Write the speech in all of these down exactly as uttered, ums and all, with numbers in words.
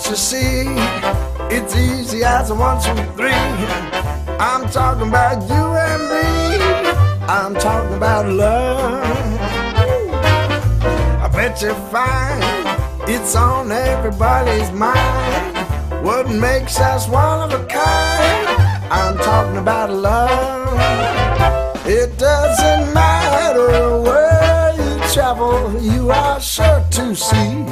can't you see? It's easy as a one, two, three. I'm talking about you and me. I'm talking about love. I bet you find it's on everybody's mind. What makes us one of a kind? I'm talking about love. It doesn't matter where you travel, you are sure to see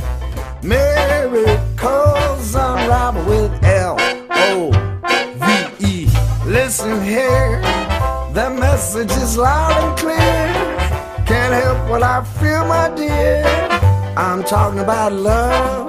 miracles unravel with L O V E. Listen here, the message is loud and clear. Can't help what I feel, my dear. I'm talking about love.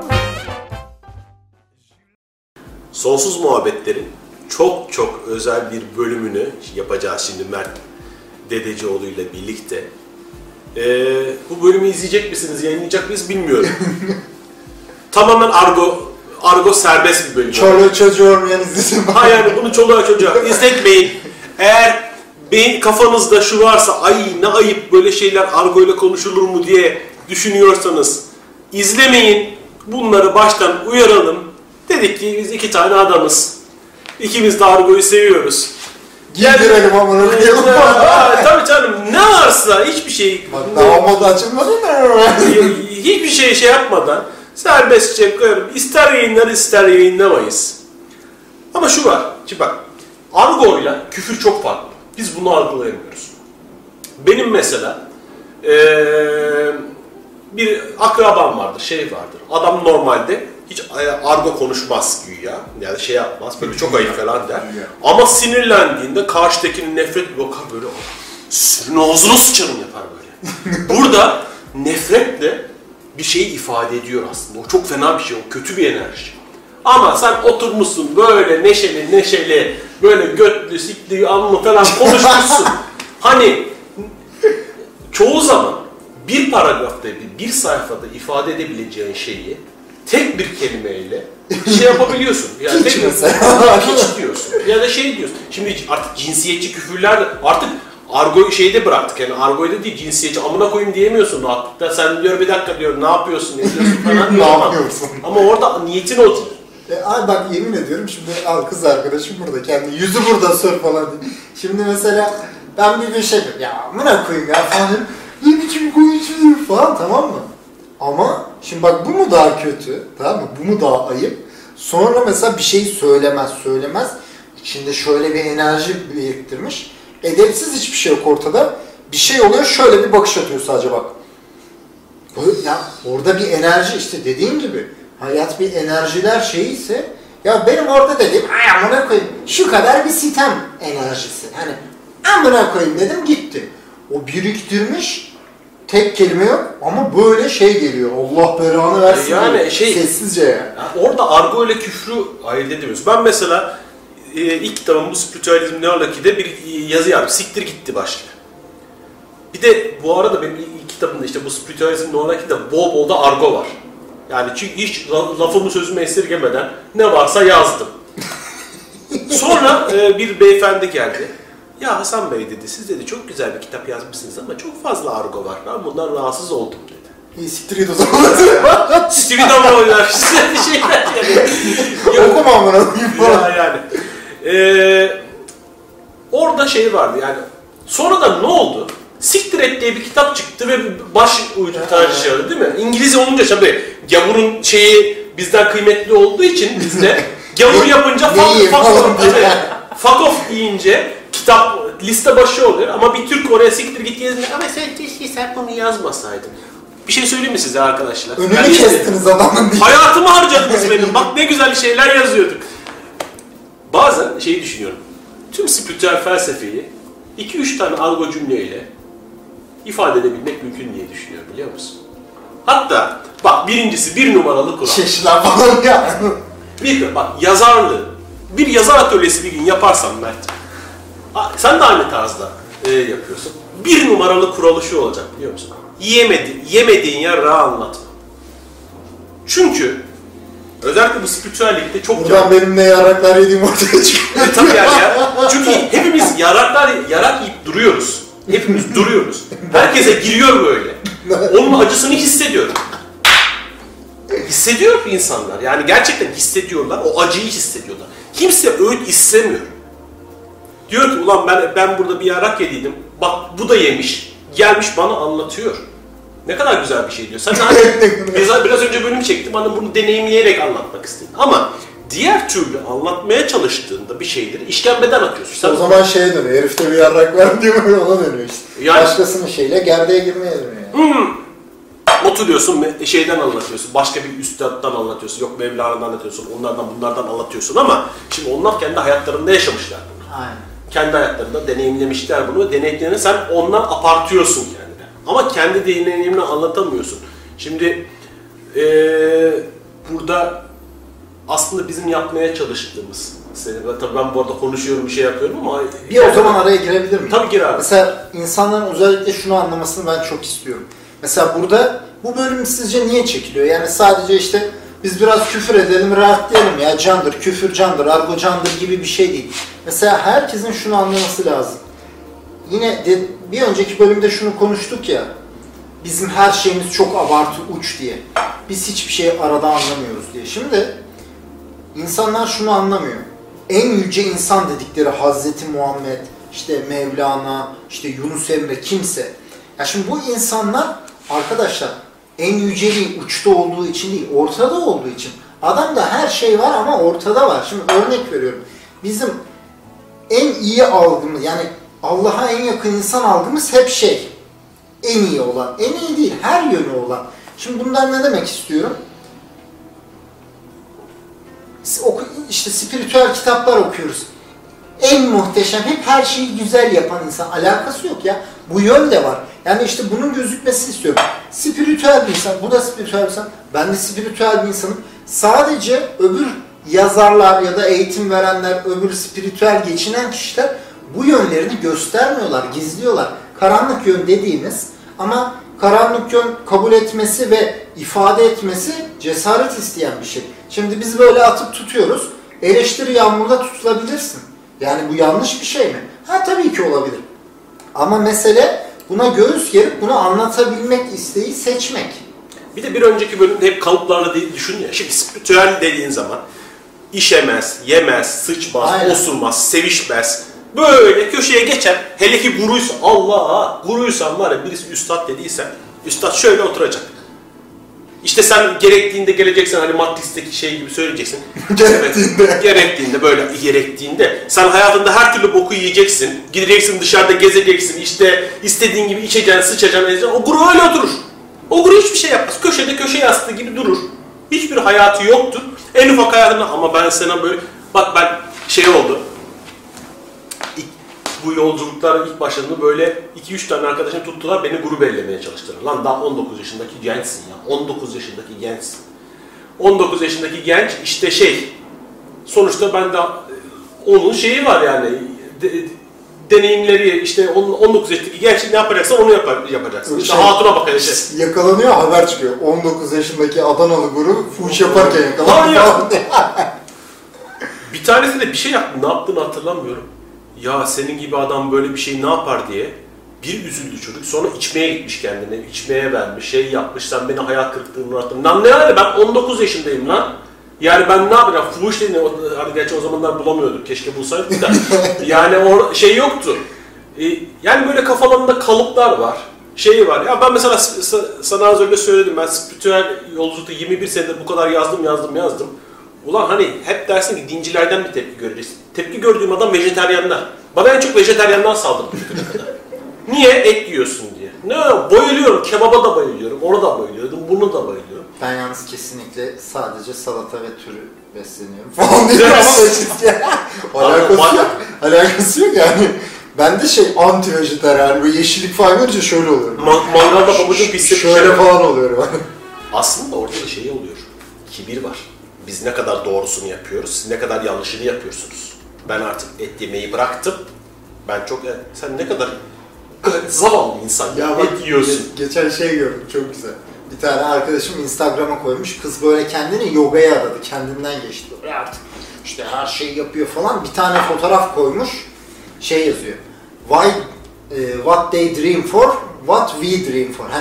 Sonsuz Muhabbetler'in çok çok özel bir bölümünü yapacağız şimdi Mert Dedecioğlu ile birlikte. Ee, bu bölümü izleyecek misiniz, yayınlayacak mıyız bilmiyorum. Tamamen argo, argo serbest bir bölüm. Çoluğu çocuğu olmayan izlesin. Hayır yani bunu çoluğa çocuğa izletmeyin. Eğer beyin kafanızda şu varsa ay ne ayıp böyle şeyler argo ile konuşulur mu diye düşünüyorsanız izlemeyin. Bunları baştan uyaralım. Dedik ki biz iki tane adamız. İkimiz de argoyu seviyoruz. Giydirelim yani, amına koyalım. Tabii canım ne varsa hiçbir şey. Bak daha moda açılmadı mı? Hiçbir şey şey yapmadan serbestçe koyarım. İster yayınlar ister yayınlamayız. Ama şu var. Şimdi bak argoyla küfür çok farklı. Biz bunu algılayamıyoruz. Benim mesela ee, bir akrabam vardır, şey vardır. Adam normalde hiç argo konuşmaz güya. Yani şey yapmaz, böyle çok ayıp falan der. Ama sinirlendiğinde karşıdakinin nefret bir bakar böyle, senin ağzına sıçarım yapar böyle. Burada nefretle bir şeyi ifade ediyor aslında. O çok fena bir şey, o kötü bir enerji. Ama sen oturmuşsun böyle neşeli neşeli, böyle götlü, sikli, anlı falan konuşmuşsun. Hani çoğu zaman bir paragrafta, bir sayfada ifade edebileceğin şeyi tek bir kelimeyle şey yapabiliyorsun. Yani hiç tek mesela. Hiç diyorsun. Ya da şey diyorsun. Şimdi artık cinsiyetçi küfürler de artık argoyu şeyde bıraktık. Yani argoyda değil, cinsiyetçi amına koyayım diyemiyorsun rahatlıkla. Sen diyor bir dakika diyor ne yapıyorsun, ne diyorsun falan. Ne yapıyorsun? Ama orada niyetin o değil. E, ay bak yemin ediyorum şimdi al kız arkadaşım burada kendi yüzü burada sor falan diye. Şimdi mesela ben bir bir şey ya amına koyayım ya falan dedim. Ne biçim konuşuyor falan, tamam mı? Ama şimdi bak bu mu daha kötü, tamam mı? Bu mu daha ayıp? Sonra mesela bir şey söylemez söylemez. İçinde şöyle bir enerji biriktirmiş. Edepsiz hiçbir şey yok ortada. Bir şey oluyor, şöyle bir bakış atıyor sadece bak. Ya orada bir enerji, işte dediğin gibi. Hayat bir enerjiler şeyi ise ya benim orada dediğim ay amına koyayım şu kadar bir sitem enerjisi. Hani amına koyayım dedim gitti. O biriktirmiş, tek kelime yok ama böyle şey geliyor. Allah belanı versin. Yani şey, sessizce yani. yani. Orada argo ile küfrü ayırt edemiyoruz. Ben mesela e, ilk kitabım bu Spiritüalizm Ne Ola Ki'de bir yazı yazdım. Siktir gitti başlıyor. Bir de bu arada benim ilk kitabımda işte bu Spiritüalizm Ne Ola Ki'de bol bol da argo var. Yani çünkü hiç lafımı sözümü esirgemeden ne varsa yazdım. Sonra e, bir beyefendi geldi. Ya Hasan Bey dedi, siz dedi çok güzel bir kitap yazmışsınız ama çok fazla argo var. Ben bundan rahatsız oldum dedi. İyi siktir et o zaman. Siktir et ama oynar. Şeyler yani. Okuma amına koyayım falan. Yani. Ee, orada şey vardı yani. Sonradan ne oldu? Siktir et diye bir kitap çıktı ve baş ucu tartışıyordu değil mi? İngilizce olunca tabii gavurun şeyi bizden kıymetli olduğu için bizde gavur yapınca fuck, fuck, off, fuck off deyince kitap liste başı oluyor ama bir Türk oraya siktir git yazınca ama sen keşke sen bunu yazmasaydın. Bir şey söyleyeyim mi size arkadaşlar? Önünü yani kestiniz adamın diye. Hayatımı harcadınız benim. Bak ne güzel şeyler yazıyorduk. Bazen şeyi düşünüyorum. Tüm spiritüel felsefeyi iki üç tane argo cümleyle ifade edebilmek mümkün diye düşünüyorum, biliyor musun? Hatta bak birincisi bir numaralı kural. Şeşiler falan ya. Bir bak yazarlığı. Bir yazar atölyesi bir gün yaparsan Mert. Sen de aynı tarzda e, yapıyorsun. Bir numaralı kuralı şu olacak, biliyor musun? Yemedi, yemediğin yarrağı anlatma. Çünkü özellikle bu spiritüellikte çok... Buradan benim ne yaraklar yediğim ortaya çıkıyor. E, tabii yani ya. Çünkü hepimiz yaraklar, yarak yiyip duruyoruz. Hepimiz duruyoruz. Herkese giriyor böyle. Onun acısını hissediyorum. hissediyor insanlar. Yani gerçekten hissediyorlar. O acıyı hissediyorlar. Kimse öğüt istemiyor. Diyor ki ulan ben ben burada bir yarak yediydim. Bak bu da yemiş. Gelmiş bana anlatıyor. Ne kadar güzel bir şey diyor. Sen hani biraz, biraz önce bölüm çektim. Bana bunu deneyimleyerek anlatmak istedin. Ama diğer türlü anlatmaya çalıştığında bir şeyleri işkembeden atıyorsun. İşte o zaman şeye dönüyor. Herifte bir yarrak var diyor, ona dönüyor işte. Yani, başkasının şeyle gerdeğe girmeye dönüyor. Yani. Hmm. Oturuyorsun şeyden anlatıyorsun, başka bir üstaddan anlatıyorsun, yok Mevlana'dan anlatıyorsun, onlardan bunlardan anlatıyorsun ama şimdi onlar kendi hayatlarında yaşamışlar bunu. Aynen. Kendi hayatlarında deneyimlemişler bunu ve deneyimlerini sen ondan apartıyorsun kendine. Ama kendi deneyimini anlatamıyorsun. Şimdi ee, burada aslında bizim yapmaya çalıştığımız, tabii ben bu arada konuşuyorum, bir şey yapıyorum ama... Bir o zaman araya girebilir miyim? Tabii gir abi. Mesela insanların özellikle şunu anlamasını ben çok istiyorum. Mesela burada bu bölüm sizce niye çekiliyor? Yani sadece işte biz biraz küfür edelim, rahatlayalım ya, candır, küfür candır, argo candır gibi bir şey değil. Mesela herkesin şunu anlaması lazım. Yine de, bir önceki bölümde şunu konuştuk ya, bizim her şeyimiz çok abartı, uç diye. Biz hiçbir şeyi arada anlamıyoruz diye. Şimdi insanlar şunu anlamıyor. En yüce insan dedikleri Hazreti Muhammed, işte Mevlana, işte Yunus Emre, kimse. Ya şimdi bu insanlar arkadaşlar en yüceliği uçta olduğu için değil, ortada olduğu için. Adamda her şey var ama ortada var. Şimdi örnek veriyorum. Bizim en iyi algımız, yani Allah'a en yakın insan algımız hep şey, en iyi olan, en iyi değil, her yönü olan. Şimdi bundan ne demek istiyorum? İşte spiritüel kitaplar okuyoruz. En muhteşem, hep her şeyi güzel yapan insan. Alakası yok ya. Bu yön de var. Yani işte bunun gözükmesini istiyorum. Spiritüel bir insan, bu da spiritüel bir insan. Ben de spiritüel bir insanım. Sadece öbür yazarlar ya da eğitim verenler, öbür spiritüel geçinen kişiler bu yönlerini göstermiyorlar, gizliyorlar. Karanlık yön dediğimiz, ama karanlık yön kabul etmesi ve ifade etmesi cesaret isteyen bir şey. Şimdi biz böyle atıp tutuyoruz. Eleştiri yağmurda tutulabilirsin. Yani bu yanlış bir şey mi? Ha tabii ki olabilir. Ama mesele buna göğüs gerip bunu anlatabilmek, isteği seçmek. Bir de bir önceki bölümde hep kalıplarla değil, düşün ya. Şimdi spiritüel dediğin zaman işemez, yemez, sıçmaz, aynen, osurmaz, sevişmez. Böyle köşeye geçer. Hele ki guruysa, Allah, guruysan var ya, birisi üstad dediyse, üstad şöyle oturacak. İşte sen gerektiğinde geleceksin, hani Matrix'teki şey gibi söyleyeceksin. gerektiğinde. Gerektiğinde, böyle gerektiğinde. Sen hayatında her türlü boku yiyeceksin. Gideceksin, dışarıda gezeceksin. İşte istediğin gibi içeceksin, sıçacaksın, edeceksin. O guru öyle oturur. O guru hiçbir şey yapmaz. Köşede köşe yastığı gibi durur. Hiçbir hayatı yoktur. En ufak hayatında, ama ben sana böyle... Bak ben şey oldu. İlk, bu yolculuklara ilk başladığımda böyle iki üç tane arkadaşım tuttular, beni guru bellemeye çalıştılar. Lan daha on dokuz yaşındaki gençsin ya. on dokuz yaşındaki gençsin. on dokuz yaşındaki genç işte şey... Sonuçta ben de onun şeyi var yani. De, deneyimleri işte on dokuz yaşındaki genç ne yapacaksan onu yapar, yapacaksın. İşte şey, hatuna bakacaksın. Yakalanıyor, haber çıkıyor. on dokuz yaşındaki Adanalı guru fuş yaparken yakalanıyor. Bir tanesi de bir şey yaptı. Ne yaptığını hatırlamıyorum. Ya senin gibi adam böyle bir şey ne yapar diye bir üzüldü çocuk. Sonra içmeye gitmiş kendine. İçmeye vermiş, şey yapmış. Sen beni hayal kırıklığına uğrattın. Lan ne yani, ben on dokuz yaşındayım lan. Yani ben ne yapacağım? Fuhuş dediğini, hani gerçi o zamanlar bulamıyorduk. Keşke bulsaydık da. Yani o şey yoktu. Yani böyle kafalarında kalıplar var. Şey var. Ya ben mesela sana az önce söyledim. Ben spiritüel yolculukta yirmi bir senedir bu kadar yazdım, yazdım, yazdım. Ulan hani hep dersin ki dincilerden bir tepki göreceğiz. Tepki gördüğüm adam vejetaryenler. Bana en çok vejetaryenler saldırdı bu kadar. Niye? Et yiyorsun diye. Ne? Bayılıyorum. Kebaba da bayılıyorum. Ona da bayılıyorum. Bunu da bayılıyorum. Ben yalnız kesinlikle sadece salata ve türü besleniyorum falan diyor ama alakası yok. Alakası yok yani. Ben de şey anti-vejetaryen, böyle yeşillik falan görünce şöyle oluyorum. Ma- mangalda pabucun pislik şöyle falan oluyorum. Aslında orada da şey oluyor. Kibir var. Biz ne kadar doğrusunu yapıyoruz, siz ne kadar yanlışını yapıyorsunuz. Ben artık et yemeyi bıraktım. Ben çok... Sen ne kadar zavallı insan ya, ya et yiyorsun. Ge- geçen şey gördüm, çok güzel. Bir tane arkadaşım Instagram'a koymuş. Kız böyle kendini yogaya adadı. Kendinden geçti. Böyle artık işte her şeyi yapıyor falan. Bir tane fotoğraf koymuş. Şey yazıyor. Why, uh, what they dream for, what we dream for. Hani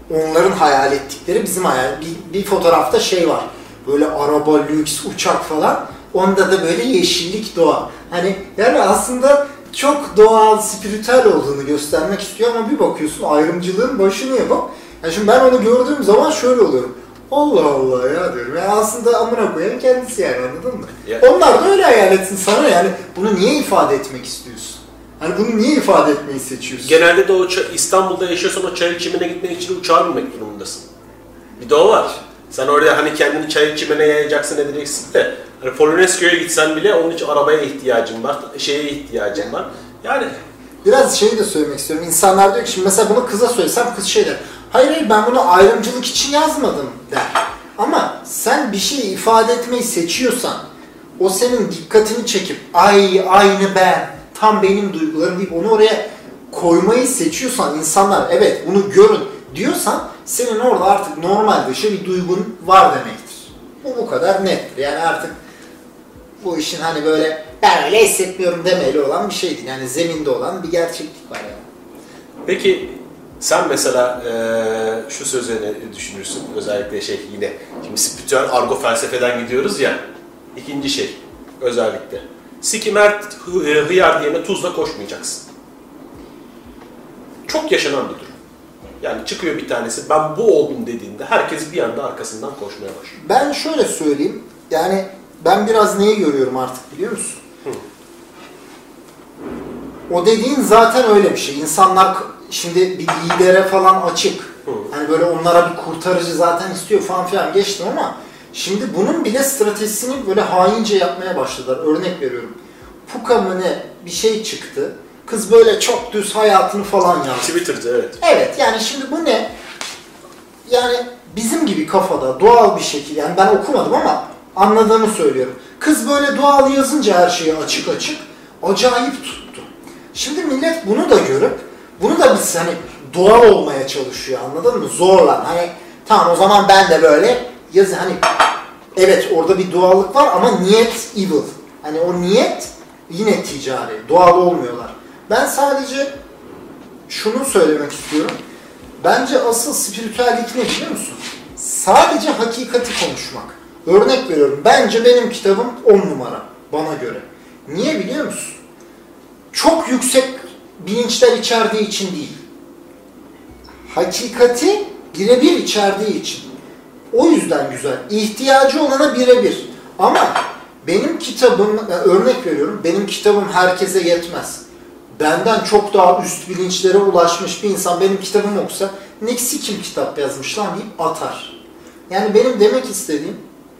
onların hayal ettikleri bizim hayal. Bir, bir fotoğrafta şey var. Böyle araba, lüks, uçak falan. Onda da böyle yeşillik, doğa. Hani yani aslında çok doğal, spiritüel olduğunu göstermek istiyor ama bir bakıyorsun ayrımcılığın başını yapıp. Yani şimdi ben onu gördüğüm zaman şöyle oluyorum. Allah Allah ya diyorum. Yani aslında amına koyarım kendisi yani, anladın mı? Ya. Onlar da öyle hayal etsin sana yani. Bunu niye ifade etmek istiyorsun? Hani bunu niye ifade etmeyi seçiyorsun? Genelde de o İstanbul'da yaşıyorsan o çayır çimene gitmek için uçağa binmek durumundasın. Bir de o var. Sen oraya hani kendini çayır çimene yayacaksın edeceksin de hani Polonezköy'e gitsen bile onun için arabaya ihtiyacın var, şeye ihtiyacın var. Yani biraz şeyi de söylemek istiyorum. İnsanlar diyor ki şimdi mesela bunu kıza söylesem kız şey der. Hayır hayır ben bunu ayrımcılık için yazmadım der. Ama sen bir şeyi ifade etmeyi seçiyorsan o senin dikkatini çekip ay aynı ben, tam benim duygularım deyip onu oraya koymayı seçiyorsan insanlar evet bunu görün diyorsan senin orada artık normal dışı bir duygun var demektir. Bu bu kadar nettir. Yani artık bu işin hani böyle ben öyle hissetmiyorum demeli olan bir şeydi. Yani zeminde olan bir gerçeklik var yani. Peki sen mesela e, şu söze ne düşünürsün? Özellikle şey yine şimdi spiritüel argo felsefeden gidiyoruz ya. İkinci şey özellikle. Sikimert hıyar diyene tuzla koşmayacaksın. Çok yaşanan bir durum. Yani çıkıyor bir tanesi ben bu oldum dediğinde herkes bir anda arkasından koşmaya başlıyor. Ben şöyle söyleyeyim. Yani ben biraz neyi görüyorum artık biliyor musun? Hı. O dediğin zaten öyle bir şey. İnsanlar şimdi bir lidere falan açık. Hı. Hani böyle onlara bir kurtarıcı zaten istiyor falan filan geçtim ama şimdi bunun bile stratejisini böyle haince yapmaya başladılar. Örnek veriyorum. Puka mı ne bir şey çıktı. Kız böyle çok düz hayatını falan yazdı. Twitter'da evet. Evet yani şimdi bu ne? Yani bizim gibi kafada doğal bir şekilde yani ben okumadım ama anladığımı söylüyorum. Kız böyle doğal yazınca her şeyi açık açık acayip tuttu. Şimdi millet bunu da görüp bunu da biz hani doğal olmaya çalışıyor, anladın mı? Zorla. Hani tamam o zaman ben de böyle yazı hani evet orada bir doğallık var ama niyet evil. Hani o niyet yine ticari. Doğal olmuyorlar. Ben sadece şunu söylemek istiyorum. Bence asıl spiritüellik ne biliyor musun? Sadece hakikati konuşmak. Örnek veriyorum. Bence benim kitabım on numara. Bana göre. Niye biliyor musun? Çok yüksek bilinçler içerdiği için değil. Hakikati birebir içerdiği için. O yüzden güzel. İhtiyacı olana birebir. Ama benim kitabım, yani örnek veriyorum, benim kitabım herkese yetmez. Benden çok daha üst bilinçlere ulaşmış bir insan benim kitabımı okusa, Niksi kim kitap yazmış lan deyip atar. Yani benim demek istediğim,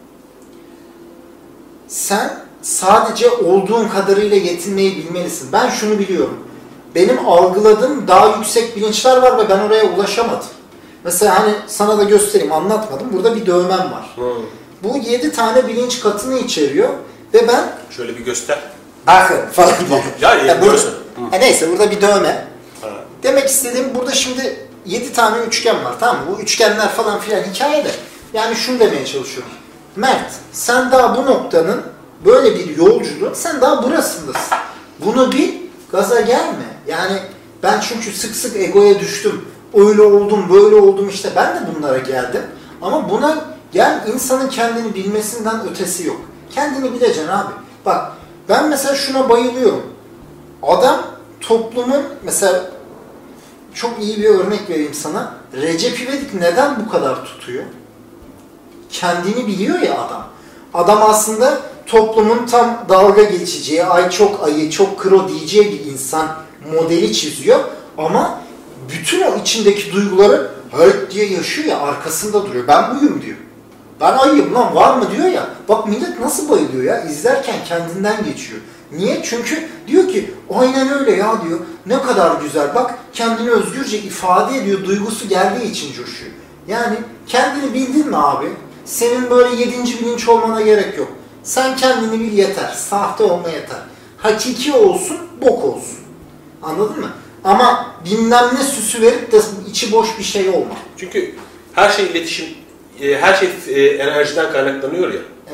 sen sadece olduğun kadarıyla yetinmeyi bilmelisin. Ben şunu biliyorum. Benim algıladığım daha yüksek bilinçler var ve ben oraya ulaşamadım. Mesela hani sana da göstereyim, anlatmadım. Burada bir dövmem var. Hmm. Bu yedi tane bilinç katını içeriyor ve ben... Şöyle bir göster. Bakın falan. ya ya burada, e neyse burada bir dövme. Ha. Demek istediğim burada şimdi yedi tane üçgen var, tamam mı? Bu üçgenler falan filan hikayede. Yani şunu demeye çalışıyorum. Mert, sen daha bu noktanın böyle bir yolculuğun, sen daha burasındasın. Bunu bir gaza gelme. Yani ben çünkü sık sık egoya düştüm. Öyle oldum, böyle oldum işte. Ben de bunlara geldim. Ama buna gel insanın kendini bilmesinden ötesi yok. Kendini bileceksin abi. Bak ben mesela şuna bayılıyorum. Adam toplumun mesela çok iyi bir örnek vereyim sana. Recep İvedik neden bu kadar tutuyor? Kendini biliyor ya adam. Adam aslında toplumun tam dalga geçeceği, ay çok ayı, çok kro diyeceği bir insan modeli çiziyor. Ama bütün o içindeki duyguları höt diye yaşıyor ya, arkasında duruyor. Ben buyum diyor. Ben ayıyım lan, var mı diyor ya. Bak millet nasıl bayılıyor ya. İzlerken kendinden geçiyor. Niye? Çünkü diyor ki aynen öyle ya diyor. Ne kadar güzel. Bak kendini özgürce ifade ediyor. Duygusu geldiği için coşuyor. Yani kendini bildin mi abi? Senin böyle yedinci bilinç olmana gerek yok. Sen kendini bil yeter. Sahte olma yeter. Hakiki olsun, bok olsun. Anladın mı? Ama bilmem ne süsü verip de içi boş bir şey olma. Çünkü her şey iletişim, her şey enerjiden kaynaklanıyor ya. Evet.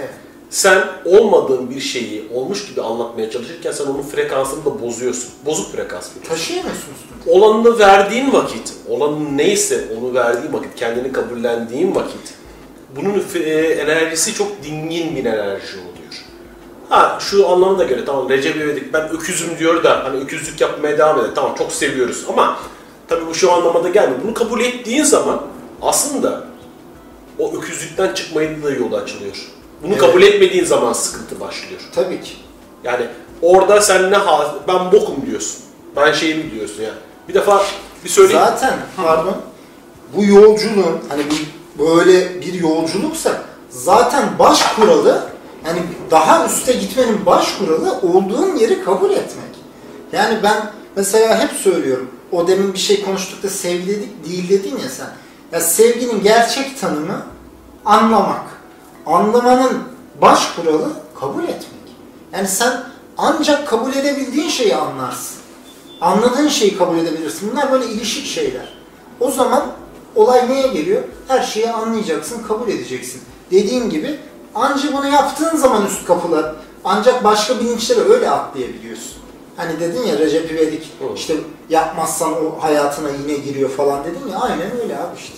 sen olmadığın bir şeyi olmuş gibi anlatmaya çalışırken sen onun frekansını da bozuyorsun. Bozuk frekans veriyorsun. Taşıyamıyorsun üstünde. Olanını verdiğin vakit, olanın neyse onu verdiğin vakit, kendini kabullendiğin vakit bunun e, enerjisi çok dingin bir enerji oluyor. Ha şu anlamına da göre tamam Recep İvedik ben öküzüm diyor da hani öküzlük yapmaya devam eder. Tamam çok seviyoruz ama tabii bu şu anlamada gelmiyor. Bunu kabul ettiğin zaman aslında o öküzlükten çıkmayı da yolu açılıyor. Bunu evet. kabul etmediğin zaman sıkıntı başlıyor. Tabii ki. Yani orada sen ne hal, ben bokum diyorsun. Ben şeyim diyorsun yani. Bir defa bir söyleyeyim. Zaten pardon bu yolculuğun hani bu böyle bir yolculuksa zaten baş kuralı yani daha üste gitmenin baş kuralı olduğun yeri kabul etmek. Yani ben mesela hep söylüyorum. O demin bir şey konuştuk da sevgi dedik, değil dedin ya sen. Ya sevginin gerçek tanımı anlamak. Anlamanın baş kuralı kabul etmek. Yani sen ancak kabul edebildiğin şeyi anlarsın. Anladığın şeyi kabul edebilirsin. Bunlar böyle ilişik şeyler. O zaman olay neye geliyor? Her şeyi anlayacaksın, kabul edeceksin. Dediğim gibi ancak bunu yaptığın zaman üst kapılar, ancak başka bilinçlere öyle atlayabiliyorsun. Hani dedin ya Recep İvedik işte yapmazsan o hayatına yine giriyor falan dedin ya aynen öyle abi işte.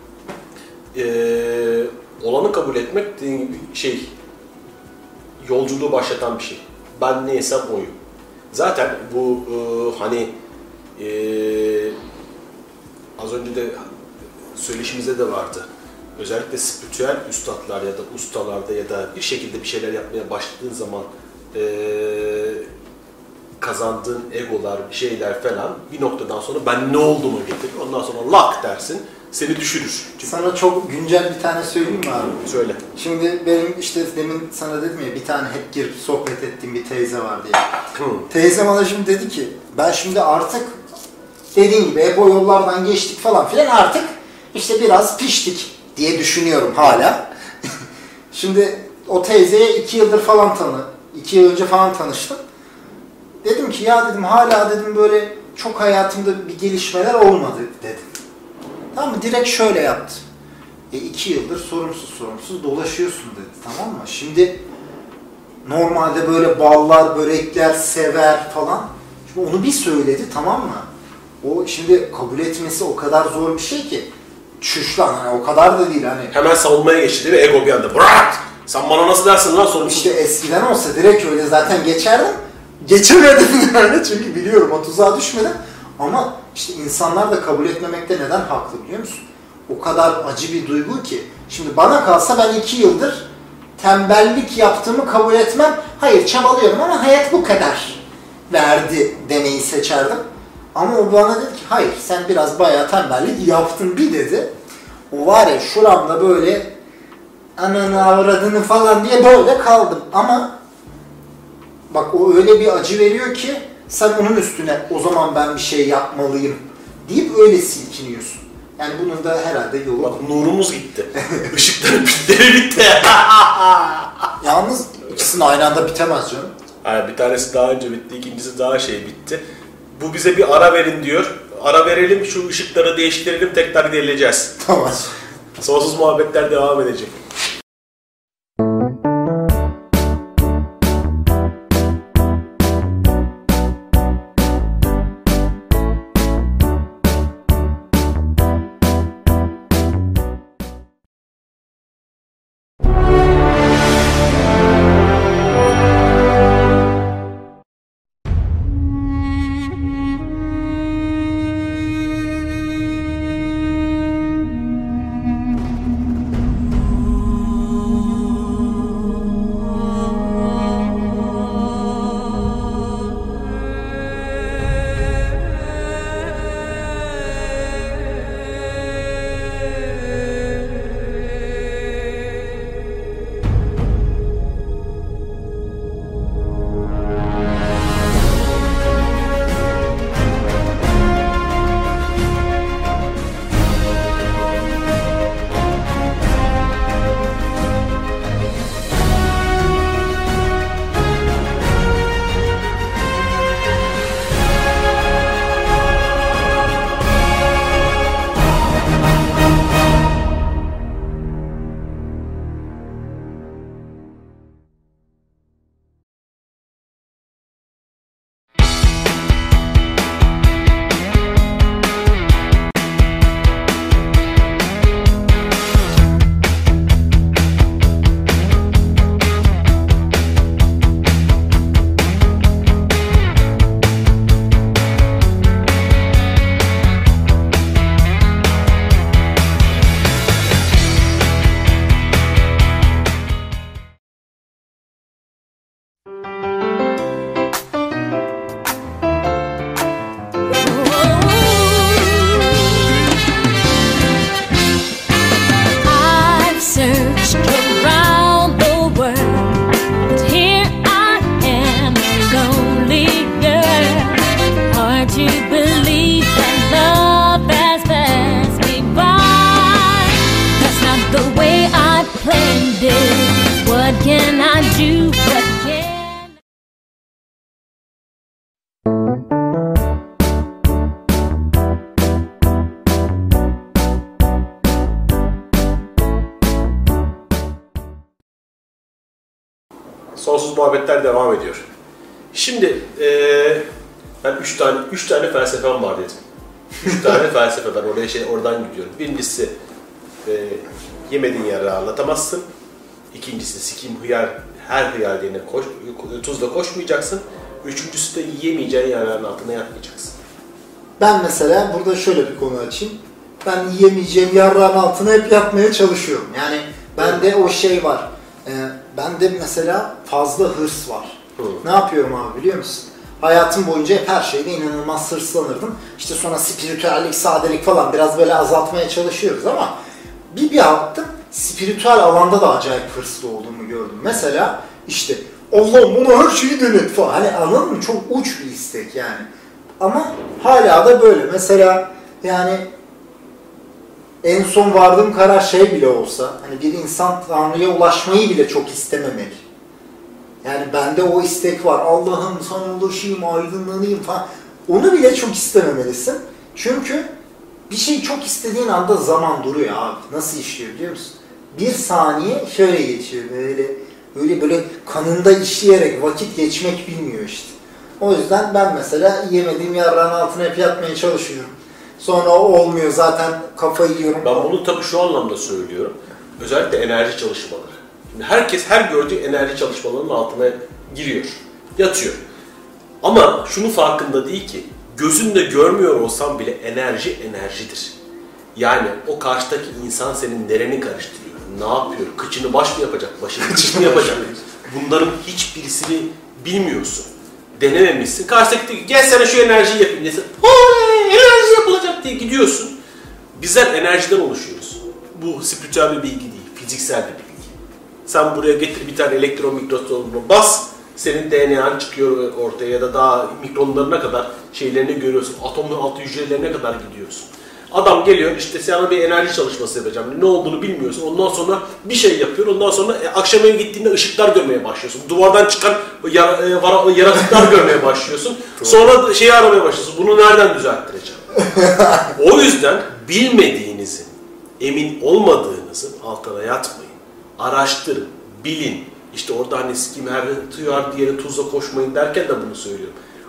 Ee, olanı kabul etmek dediğin gibi şey yolculuğu başlatan bir şey. Ben neysem oyum. Zaten bu e, hani e, az önce de söyleşimizde de vardı. Özellikle spiritüel üstadlar ya da ustalarda ya da bir şekilde bir şeyler yapmaya başladığın zaman e, kazandığın egolar, bir şeyler falan bir noktadan sonra ben ne olduğumu getirir. Ondan sonra lak dersin, seni düşürür. Çünkü sana çok güncel bir tane söyleyeyim mi abi? Söyle. Şimdi benim işte demin sana dedim ya bir tane hep girip sohbet ettiğim bir teyze var diye. Hmm. Teyze bana şimdi dedi ki ben şimdi artık dediğin gibi hep o yollardan geçtik falan filan artık işte biraz piştik diye düşünüyorum hala. Şimdi o teyzeye iki yıldır falan tanı, iki yıl önce falan tanıştım. Dedim ki ya dedim hala dedim böyle çok hayatımda bir gelişmeler olmadı dedim. Tamam mı? Direkt şöyle yaptı. E iki yıldır sorumsuz sorumsuz dolaşıyorsun dedi. Tamam mı? Şimdi normalde böyle ballar, börekler sever falan. Şimdi onu bir söyledi tamam mı? O şimdi kabul etmesi o kadar zor bir şey ki. Çüş lan hani o kadar da değil hani. Hemen savunmaya geçti değil mi? Ego bir anda. Bırak! Sen bana nasıl dersin lan sorumsuz? İşte eskiden olsa direkt öyle zaten geçerdim. Geçemedim yani çünkü biliyorum o tuzağa düşmedim. Ama işte insanlar da kabul etmemekte neden haklı biliyor musun? O kadar acı bir duygu ki. Şimdi bana kalsa ben iki yıldır tembellik yaptığımı kabul etmem. Hayır çabalıyorum ama hayat bu kadar verdi demeyi seçerdim. Ama o bana dedi ki hayır sen biraz bayağı tembellik yaptın bir dedi. O var ya şuramda böyle ananı avradını falan diye böyle kaldım. Ama bak o öyle bir acı veriyor ki sen onun üstüne o zaman ben bir şey yapmalıyım deyip öyle silkiniyorsun. Yani bunun da herhalde yolu... Bak nurumuz gitti. Işıkların pitleri bitti. Yalnız ikisinin aynı anda bitemez canım. Yani bir tanesi daha önce bitti, ikincisi daha şey bitti. Bu bize bir ara verin diyor. Ara verelim, şu ışıkları değiştirelim, tekrar geleceğiz. Tamam. Sonsuz muhabbetler devam edecek. playing dead. What can I do? What can Sonsuz muhabbetler devam ediyor. Şimdi ee, ben üç tane üç tane felsefem var dedim. Üç tane felsefe ben oraya şey oradan gidiyorum. Birincisi e, yemediğin yere anlatamazsın. İkincisi sikim hıyar her hıyar yerine koş, tuzla koşmayacaksın. Üçüncüsü de yiyemeyeceğin yerlerin altına yatmayacaksın. Ben mesela burada şöyle bir konu açayım. Ben yiyemeyeceğim yarrağın altına hep yatmaya çalışıyorum. Yani bende o şey var. Ee, bende mesela fazla hırs var. Hı. Ne yapıyorum abi biliyor musun? Hayatım boyunca hep her şeyde inanılmaz hırslanırdım. İşte sonra spiritüellik, sadelik falan biraz böyle azaltmaya çalışıyoruz ama bir bir baktım spiritüel alanda da acayip hırslı olduğumu gördüm. Mesela işte Allah'ım bana her şeyi denet falan. Hani anladın mı? Çok uç bir istek yani. Ama hala da böyle. Mesela yani en son vardığım karar şey bile olsa, hani bir insan Tanrı'ya ulaşmayı bile çok istememek. Yani bende o istek var. Allah'ım sana ulaşayım, aydınlanayım falan. Onu bile çok istememelisin. Çünkü bir şey çok istediğin anda zaman duruyor abi. Nasıl işliyor biliyor musun? Bir saniye şöyle geçiyor. Böyle böyle böyle kanında işleyerek vakit geçmek bilmiyor işte. O yüzden ben mesela yemediğim yarrağın altına hep yatmaya çalışıyorum. Sonra o olmuyor zaten kafayı yiyorum. Ben bunu tabii şu anlamda söylüyorum. Özellikle enerji çalışmaları. Şimdi herkes her gördüğü enerji çalışmalarının altına giriyor, yatıyor. Ama şunun farkında değil ki, gözünde görmüyor olsan bile enerji enerjidir. Yani o karşıdaki insan senin nereni karıştırıyor, ne yapıyor, kıçını baş mı yapacak, başını kıç mı yapacak? Bunların hiçbirisini bilmiyorsun. Denememişsin. Karşıdaki diyor ki gel sana şu enerjiyi yapayım desin. Enerji yapılacak diye gidiyorsun. Bizler enerjiden oluşuyoruz. Bu spiritüel bir bilgi değil, fiziksel bir bilgi. Sen buraya getir bir tane elektron mikroskopuna bas, senin D N A'nın çıkıyor ortaya ya da daha mikronlarına kadar şeylerini görüyorsun. Atomun altı hücrelerine kadar gidiyorsun. Adam geliyor işte sana bir enerji çalışması yapacağım. Ne olduğunu bilmiyorsun. Ondan sonra bir şey yapıyor. Ondan sonra e, akşam eve gittiğinde ışıklar görmeye başlıyorsun. Duvardan çıkan yara, e, vara, yaratıklar görmeye başlıyorsun. Sonra şeyi aramaya başlıyorsun. Bunu nereden düzelttireceğim? O yüzden bilmediğinizin, emin olmadığınızın altına yatmayın. Araştırın, bilin. İşte orada hani sikim her tüyar diğeri tuzla koşmayın derken de bunu söylüyorum.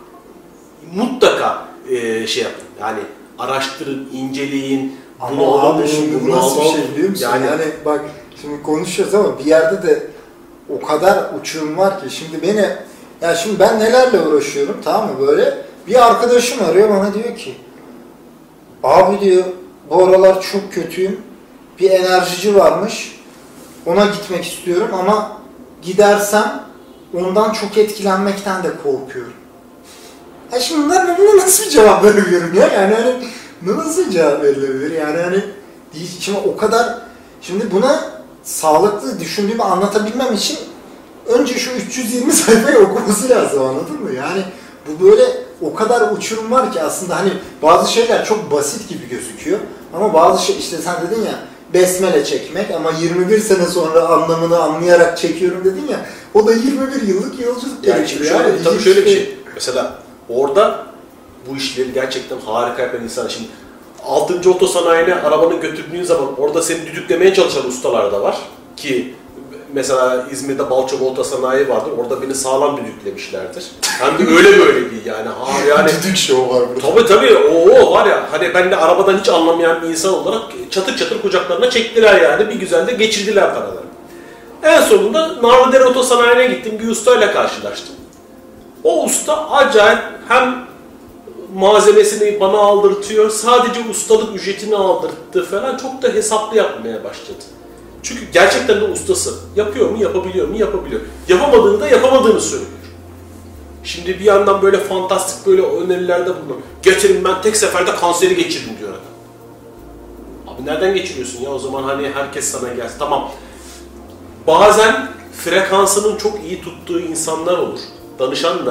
Mutlaka e, şey yapın. Yani araştırın, inceleyin. Ama bunu abi alın, şimdi bu bunu nasıl bir alın. şey biliyor musun? Yani, Yani bak şimdi konuşuyoruz ama bir yerde de o kadar uçurum var ki şimdi beni ya şimdi ben nelerle uğraşıyorum tamam mı böyle bir arkadaşım arıyor bana diyor ki abi diyor bu aralar çok kötüyüm bir enerjici varmış ona gitmek istiyorum ama gidersem ondan çok etkilenmekten de korkuyorum. Ya şimdi bunlar buna nasıl bir cevap veriyorum ya yani hani nasıl cevap verilebilir yani hani şimdi o kadar şimdi buna sağlıklı düşündüğümü anlatabilmem için önce şu üç yüz yirmi sayfayı okuması lazım anladın mı? Yani bu böyle o kadar uçurum var ki aslında hani bazı şeyler çok basit gibi gözüküyor ama bazı şey işte sen dedin ya besmele çekmek ama yirmi bir sene sonra anlamını anlayarak çekiyorum dedin ya o da yirmi bir yıllık yolculuk yani gerekiyor. şöyle, Yani tabii şöyle bir şey. Mesela orada bu işleri gerçekten harika yapan insan. Şimdi altıncı otosanayine arabanı götürdüğün zaman orada seni düdüklemeye çalışan ustalar da var. Ki mesela İzmir'de Balçova Otosanayi vardır. Orada beni sağlam düdüklemişlerdir. Hem de öyle böyle değil yani. Ha, yani düdük şovu var burada. Tabii tabii o, o var ya hani ben de arabadan hiç anlamayan bir insan olarak çatır çatır kucaklarına çektiler yani. Bir güzel de geçirdiler paraları. En sonunda Narlıdere Otosanayi'ne gittim. Bir ustayla karşılaştım. O usta acayip hem malzemesini bana aldırtıyor, sadece ustalık ücretini aldırttı falan çok da hesaplı yapmaya başladı. Çünkü gerçekten de ustası. Yapıyor mu, yapabiliyor mu, yapabiliyor. Yapamadığını da yapamadığını söylüyor. Şimdi bir yandan böyle fantastik böyle önerilerde bulunuyor. Getirin ben tek seferde kanseri geçirdim diyor adam. Abi nereden geçiriyorsun ya o zaman hani herkes sana gelsin. Tamam. Bazen frekansının çok iyi tuttuğu insanlar olur. Danışanla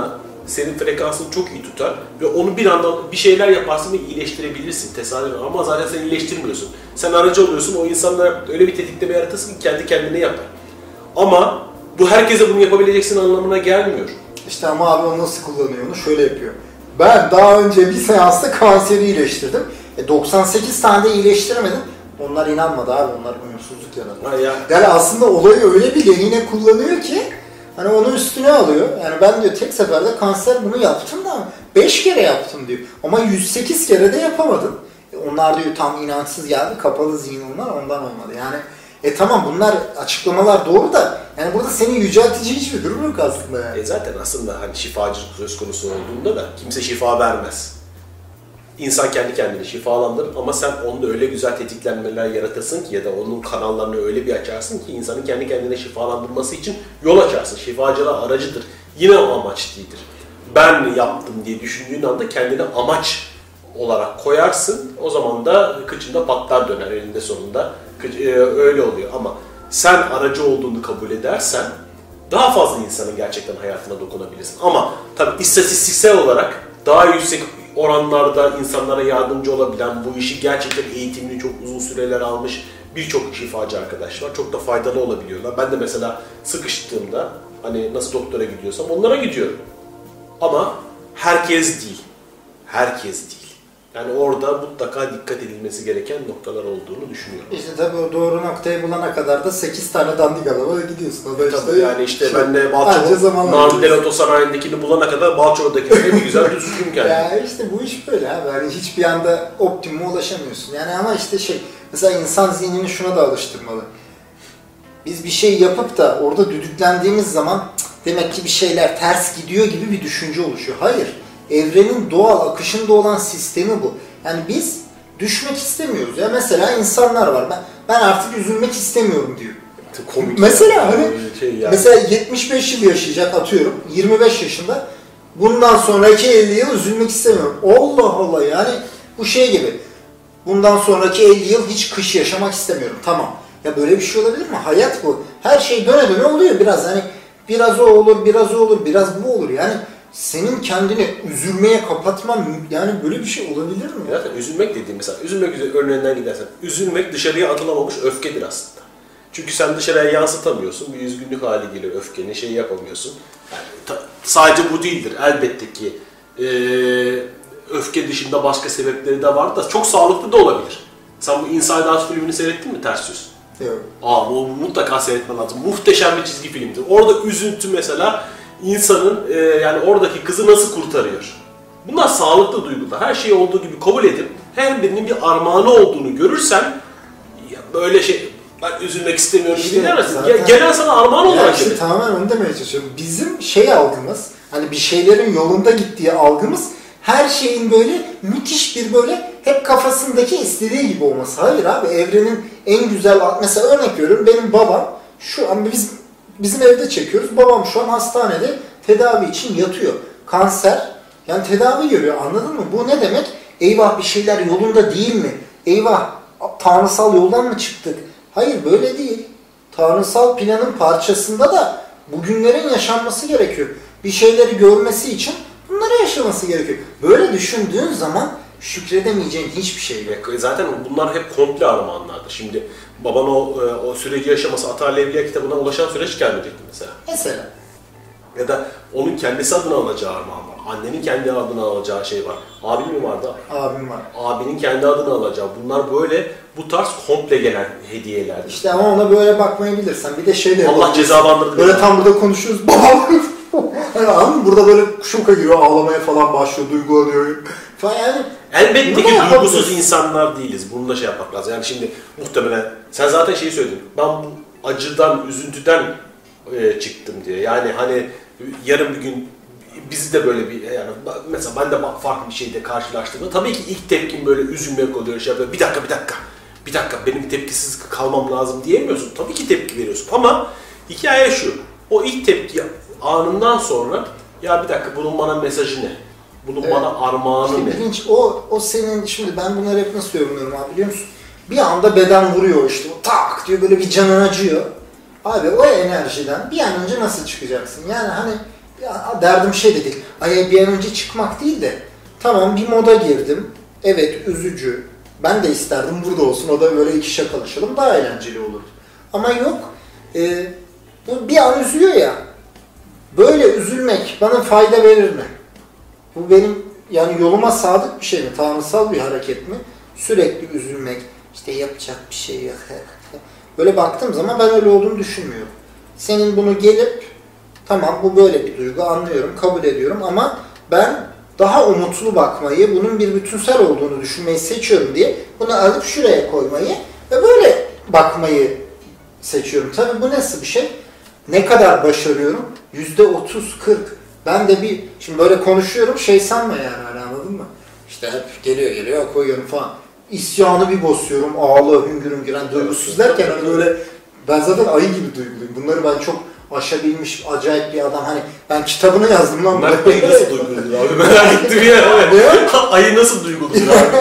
senin frekansını çok iyi tutar ve onu bir anda bir şeyler yaparsın ve iyileştirebilirsin tesadüfen, ama zaten sen iyileştirmiyorsun. Sen aracı oluyorsun, o insanlar öyle bir tetikleme yaratırsın ki kendi kendine yapar. Ama bu herkese bunu yapabileceksin anlamına gelmiyor. İşte ama abi o nasıl kullanıyor onu? Şöyle yapıyor. Ben daha önce bir seansta kanseri iyileştirdim. E doksan sekiz tane de iyileştiremedim. Onlar inanmadı abi, onlar umutsuzluk yarattı. Ya. Yani aslında olayı öyle bir lehine kullanıyor ki hani onu üstüne alıyor. Yani ben diyor tek seferde kanser bunu yaptım da beş kere yaptım diyor. Ama yüz sekiz kere de yapamadım. E onlar diyor tam inançsız geldi, kapalı zihin onlar, ondan olmadı. Yani e tamam bunlar açıklamalar doğru da yani burada seni yüceltici hiçbir durum yok aslında yani. E zaten aslında hani şifacılık söz konusu olduğunda da kimse şifa vermez. İnsan kendi kendini şifalandırır ama sen onda öyle güzel tetiklenmeler yaratırsın ki ya da onun kanallarını öyle bir açarsın ki insanın kendi kendine şifalandırması için yol açarsın. Şifacılığa aracıdır. Yine o amaç değildir. Ben yaptım diye düşündüğün anda kendine amaç olarak koyarsın. O zaman da kıçında patlar döner elinde sonunda. Öyle oluyor ama sen aracı olduğunu kabul edersen daha fazla insanın gerçekten hayatına dokunabilirsin. Ama tabii istatistiksel olarak daha yüksek oranlarda insanlara yardımcı olabilen, bu işi gerçekten eğitimli, çok uzun süreler almış birçok şifacı arkadaş var. Çok da faydalı olabiliyorlar. Ben de mesela sıkıştığımda hani nasıl doktora gidiyorsam onlara gidiyorum. Ama herkes değil. Herkes değil. Yani orada mutlaka dikkat edilmesi gereken noktalar olduğunu düşünüyorum. İşte tabii o doğru noktayı bulana kadar da sekiz tane dandik araba gidiyorsun. O da işte tabii yani işte şey, ben de Balçova, Nargile Otosanayi'ndekini bulana kadar Balçova'dakine bir güzel düzgün geldi. Ya işte bu iş böyle abi. Yani hiçbir anda optimuma ulaşamıyorsun. Yani ama işte şey, mesela insan zihnini şuna da alıştırmalı. Biz bir şey yapıp da orada düdüklendiğimiz zaman demek ki bir şeyler ters gidiyor gibi bir düşünce oluşuyor. Hayır. Evrenin doğal akışında olan sistemi bu. Yani biz düşmek istemiyoruz. Ya mesela insanlar var. Ben ben artık üzülmek istemiyorum diyor. Komik mesela ya. hani şey yani. mesela yetmiş beş yıl yaşayacak atıyorum. yirmi beş yaşında. Bundan sonraki elli yıl üzülmek istemiyorum. Allah Allah yani bu şey gibi. Bundan sonraki elli yıl hiç kış yaşamak istemiyorum. Tamam. Ya böyle bir şey olabilir mi? Hayat bu. Her şey döne döne oluyor biraz. Hani biraz o olur, biraz o olur, biraz bu olur. Yani senin kendini üzülmeye kapatman, yani böyle bir şey olabilir mi? Zaten üzülmek dediğim mesela, üzülmek örneğinden gidersen, üzülmek dışarıya atılamamış öfkedir aslında. Çünkü sen dışarıya yansıtamıyorsun, bir üzgünlük hali geliyor öfkeni, şey yapamıyorsun. Yani ta, sadece bu değildir, elbette ki ee, öfke dışında başka sebepleri de var da çok sağlıklı da olabilir. Sen bu Inside Out filmini seyrettin mi ters yüz? Yok. Aa, bu mutlaka seyretmen lazım. Muhteşem bir çizgi filmdir. Orada üzüntü mesela, insanın e, yani oradaki kızı nasıl kurtarıyor? Bunlar sağlıklı duygular. Her şeyi olduğu gibi kabul edip her birinin bir armağanı olduğunu görürsen ya böyle şey, ben üzülmek istemiyorum İşte demezsin. zaten- Ya, gelen sana armağan Ya olarak işte gelir. tamamen onu demeye çalışıyorum. Bizim şey algımız, hani bir şeylerin yolunda gittiği algımız her şeyin böyle müthiş bir böyle hep kafasındaki istediği gibi olması. Hayır abi, evrenin en güzel, mesela örnek veriyorum, benim babam şu an biz bizim evde çekiyoruz. Babam şu an hastanede tedavi için yatıyor. Kanser, yani tedavi görüyor, anladın mı? Bu ne demek? Eyvah bir şeyler yolunda değil mi? Eyvah tanrısal yoldan mı çıktık? Hayır, böyle değil. Tanrısal planın parçasında da bugünlerin yaşanması gerekiyor. Bir şeyleri görmesi için bunları yaşaması gerekiyor. Böyle düşündüğün zaman şükredemeyeceğin hiçbir şey yok. Zaten bunlar hep komple armağanlardır. Şimdi baban o, o süreci yaşaması, Atar Levliya kitabına ulaşan süreç gelmeyecekti mesela. Mesela. Ya da onun kendisi adına alacağı armağan var. Annenin kendi adına alacağı şey var. Abin mi vardı? Abim var. Abinin kendi adına alacağı. Bunlar böyle bu tarz komple gelen hediyelerdir. İşte ama ona böyle bakmayı bilirsen. Bir de şey de Allah cezalandırdı. böyle tam burada konuşuyoruz. Babam! Hani anladın mı? Burada böyle şoka giriyor, ağlamaya falan başlıyor, duygulanıyor. Falan yani. Elbette ki Bunu duygusuz yapabiliriz. insanlar değiliz. Bunu da şey yapmak lazım. Yani şimdi muhtemelen sen zaten şeyi söyledin. Ben bu acıdan, üzüntüden e, çıktım diye. Yani hani yarın bir gün bizi de böyle bir, yani mesela ben de farklı bir şeyde karşılaştığımda tabii ki ilk tepkim böyle üzülmek oluyor. Şey yapıyor. Bir dakika, bir dakika. Bir dakika, benim tepkisiz kalmam lazım diyemiyorsun. Tabii ki tepki veriyorsun. Ama hikaye şu. O ilk tepki anından sonra ya bir dakika, bunun bana mesajı ne? Bunun Evet. bana armağanı İşte ne? bilinç, o, o senin, şimdi ben bunları hep nasıl yorumluyorum abi biliyor musun? Bir anda beden vuruyor işte, o tak diyor, böyle bir canın acıyor. Abi o enerjiden bir an önce nasıl çıkacaksın? Yani hani ya derdim şey dedi. Ay bir an önce çıkmak değil de tamam bir moda girdim. Evet üzücü. Ben de isterdim burada olsun. O da böyle iki şakalaşalım daha eğlenceli olur. Ama yok. E, bu bir an üzüyor ya. Böyle üzülmek bana fayda verir mi? Bu benim yani yoluma sadık bir şey mi? Tanrısal bir hareket mi? Sürekli üzülmek. İşte yapacak bir şey yok. Böyle baktığım zaman ben öyle olduğunu düşünmüyorum. Senin bunu gelip tamam bu böyle bir duygu anlıyorum, kabul ediyorum ama ben daha umutlu bakmayı, bunun bir bütünsel olduğunu düşünmeyi seçiyorum diye bunu alıp şuraya koymayı ve böyle bakmayı seçiyorum. Tabii bu nasıl bir şey? Ne kadar başarıyorum? yüzde otuz kırk. Ben de bir, şimdi böyle konuşuyorum şey sanma yani anladın mı? İşte hep geliyor geliyor koyuyorum falan. İsyanı bir basıyorum, ağlı, hüngür hüngür, yani duygusuz derken hani böyle, ben zaten ayı gibi duyguluyum. Bunları ben çok aşabilmiş, acayip bir adam. Hani ben kitabını yazdım lan. Mert Bey nasıl duyguludur abi? Merak ettim ya. Ayı nasıl duyguludur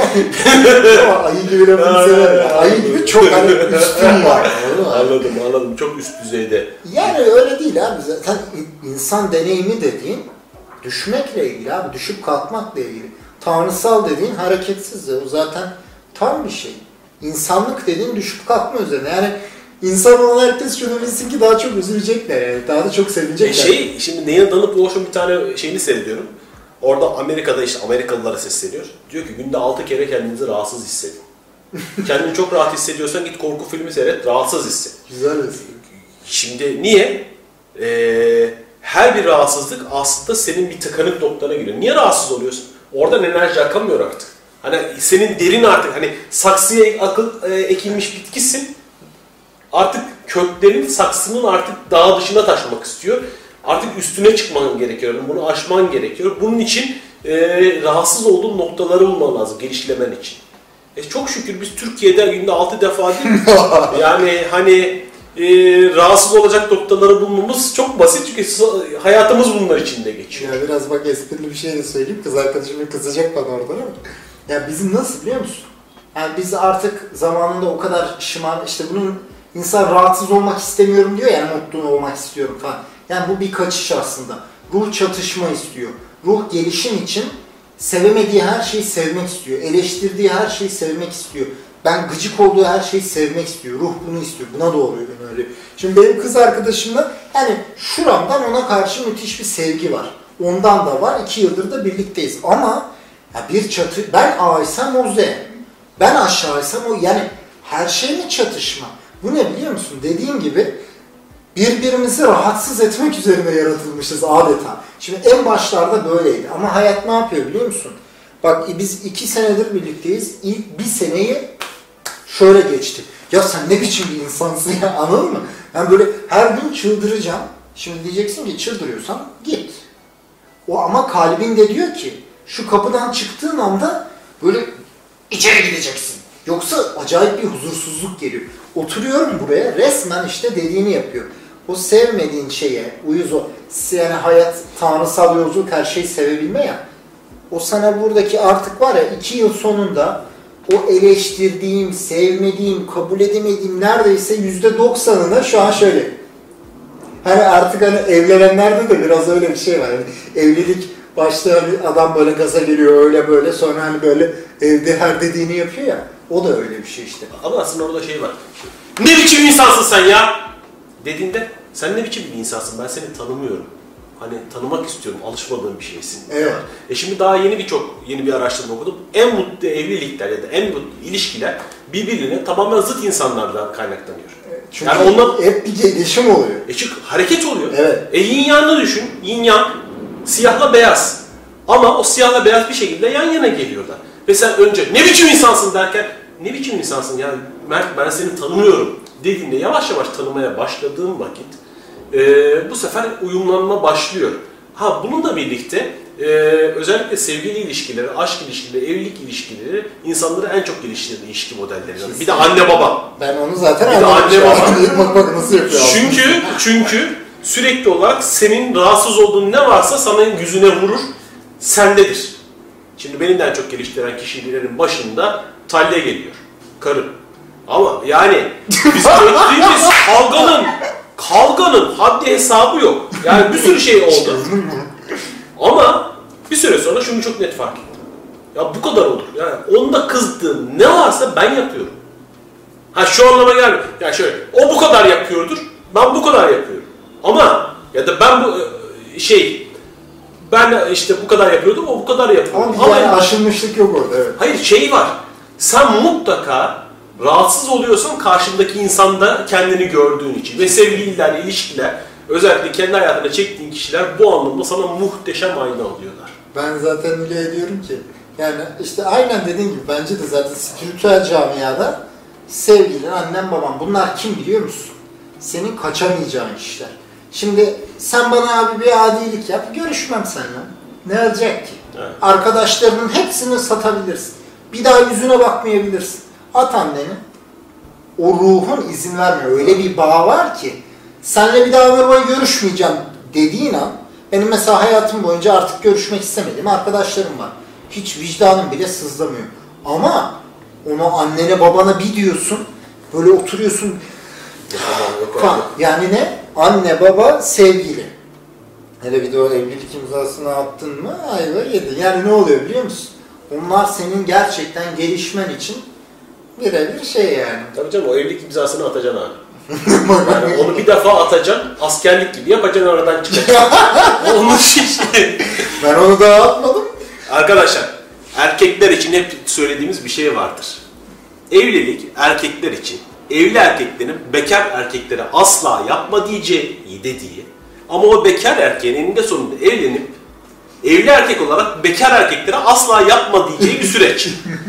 abi? Ama ayı gibi lafını sever ya. Ayı gibi çok hani üstün var. Anladım anladım. Çok üst düzeyde. Yani öyle değil abi. Zaten insan deneyimi dediğin düşmekle ilgili abi. Düşüp kalkmakla ilgili. Tanrısal dediğin hareketsizdir. O zaten tam bir şey. İnsanlık dediğin düşüp kalkma üzerine. Yani İnsan olan herkes şunu bilsin ki daha çok üzülecekler yani. Daha da çok sevinecekler. E şey, şimdi Neil Donald Walsh'un bir tane şeyini seyrediyorum. Orada Amerika'da işte Amerikalılara sesleniyor. Diyor ki günde altı kere kendinizi rahatsız hissedin. Kendini çok rahat hissediyorsan git korku filmi seyret, rahatsız hisset. Güzel resim. Şimdi niye? Ee, her bir rahatsızlık aslında senin bir tıkanık noktana giriyor. Niye rahatsız oluyorsun? Oradan enerji akamıyor artık. Hani senin derin artık, hani saksıya akıl, e, ekilmiş bitkisin. Artık köklerin saksının artık dağ dışına taşmak istiyor. Artık üstüne çıkman gerekiyor. Bunu aşman gerekiyor. Bunun için e, rahatsız olduğun noktaları bulman lazım gelişlemen için. E, çok şükür biz Türkiye'de günde altı defa değil mi? Yani hani e, rahatsız olacak noktaları bulmamız çok basit çünkü hayatımız bunlar içinde geçiyor. Ya biraz bak esprili bir şey de söyleyeyim. Kız arkadaşım kızacak bana orada ama. Ya bizim nasıl biliyor musun? Yani biz artık zamanında o kadar şıman, işte bunun İnsan rahatsız olmak istemiyorum diyor yani mutlu olmak istiyorum falan. Yani bu bir kaçış aslında. Ruh çatışma istiyor. Ruh gelişim için sevemediği her şeyi sevmek istiyor. Eleştirdiği her şeyi sevmek istiyor. Ben gıcık olduğu her şeyi sevmek istiyor. Ruh bunu istiyor. Buna doğru öyle. Şimdi benim kız arkadaşımla yani şuramdan ona karşı müthiş bir sevgi var. Ondan da var. İki yıldır da birlikteyiz. Ama ya bir çatı, ben A'ysam o Z. Ben aşağıysam o, yani her şey mi çatışma? Bu ne biliyor musun? Dediğim gibi birbirimizi rahatsız etmek üzerine yaratılmışız adeta. Şimdi en başlarda böyleydi ama hayat ne yapıyor biliyor musun? Bak biz iki senedir birlikteyiz. İlk bir seneyi şöyle geçti. Ya sen ne biçim bir insansın ya, anladın mı? Ben böyle her gün çıldıracağım. Şimdi diyeceksin ki çıldırıyorsan git. O ama kalbin de diyor ki şu kapıdan çıktığın anda böyle içeri gideceksin. Yoksa acayip bir huzursuzluk geliyor. Oturuyorum buraya, resmen işte dediğini yapıyor. O sevmediğin şeye, uyuz o, yani hayat, tanrısal yolculuk, her şeyi sevebilme ya. O sana buradaki artık var ya, iki yıl sonunda o eleştirdiğim, sevmediğim, kabul edemediğim neredeyse yüzde doksanına şu an şöyle. Hani artık hani evlenenlerde de biraz öyle bir şey var. Yani evlilik başta hani adam böyle gaza geliyor öyle böyle, sonra hani böyle evde her dediğini yapıyor ya. O da öyle bir şey işte. Ama aslında orada şey var. Ne biçim insansın sen ya? Dediğinde sen ne biçim bir insansın, ben seni tanımıyorum. Hani tanımak istiyorum, alışmadığım bir şeysin. Evet. E şimdi daha yeni birçok yeni bir araştırma okudum. En mutlu evlilikler ya da en mutlu ilişkiler birbirine tamamen zıt insanlardan kaynaklanıyor. Çünkü yani ondan hep bir gelişim oluyor. E çünkü hareket oluyor. Evet. E yin yanını düşün. Yin yang, siyahla beyaz. Ama o siyahla beyaz bir şekilde yan yana geliyorlar. Ve sen önce ne biçim insansın derken, ne biçim insansın ya Mert, ben seni tanımıyorum dediğinde yavaş yavaş tanımaya başladığım vakit e, bu sefer uyumlanma başlıyor. Ha bununla birlikte e, özellikle sevgili ilişkileri, aşk ilişkileri, evlilik ilişkileri insanları en çok geliştiren ilişki modelleri. Bir de anne baba. Ben onu zaten bir de anne baba. bak bak nasıl yapıyor. Çünkü çünkü sürekli olarak senin rahatsız olduğun ne varsa sana yüzüne vurur, sendedir. Şimdi beni de en çok geliştiren kişilerin başında Talya geliyor. Karım. Ama yani biz köklüyüz, kavganın, kavganın haddi hesabı yok. Yani bir sürü şey oldu. Ama bir süre sonra şunu çok net fark ettim. Ya bu kadar olur. Yani onda kızdığım ne varsa ben yapıyorum. Ha şu anlama gelmiyor. Ya şöyle, o bu kadar yapıyordur, ben bu kadar yapıyorum. Ama ya da ben bu şey, ben işte bu kadar yapıyordum, o bu kadar yapıyor. Ama, Ama yani aşılmışlık yok orada, evet. Hayır, şey var. Sen mutlaka rahatsız oluyorsan karşındaki insanda kendini gördüğün için. Ve sevgililer, ilişkiler, özellikle kendi hayatına çektiğin kişiler bu anlamda sana muhteşem ayna alıyorlar. Ben zaten öyle ediyorum ki. Yani işte aynen dediğin gibi bence de zaten spiritüel camiada sevgilin, annen, baban bunlar kim biliyor musun? Senin kaçamayacağın işler. Şimdi sen bana abi bir adilik yap, görüşmem seninle. Ne olacak ki? Evet. Arkadaşlarının hepsini satabilirsin. Bir daha yüzüne bakmayabilirsin. At anneni. O ruhun izin vermiyor. Öyle bir bağ var ki seninle bir daha ömür boyu görüşmeyeceğim dediğin an, benim mesela hayatım boyunca artık görüşmek istemediğim arkadaşlarım var. Hiç vicdanım bile sızlamıyor. Ama onu annene babana bir diyorsun, böyle oturuyorsun. Falan. Yani ne? Anne, baba, sevgili. Hele bir de o evlilik imzasını attın mı ayva yedin. Yani ne oluyor biliyor musun? Onlar senin gerçekten gelişmen için birebir şey yani. Tabii canım, o evlilik imzasını atacaksın abi. Yani onu bir defa atacaksın, askerlik gibi yapacaksın, aradan çıkacaksın. Onun için. Ben onu daha atmadım. Arkadaşlar, erkekler için hep söylediğimiz bir şey vardır. Evlilik erkekler için, evli erkeklerin bekar erkeklere asla yapma diyeceği dediği, ama o bekar erkeğin eninde sonunda evlenip evli erkek olarak bekar erkeklere asla yapma diyeceği bir süreç.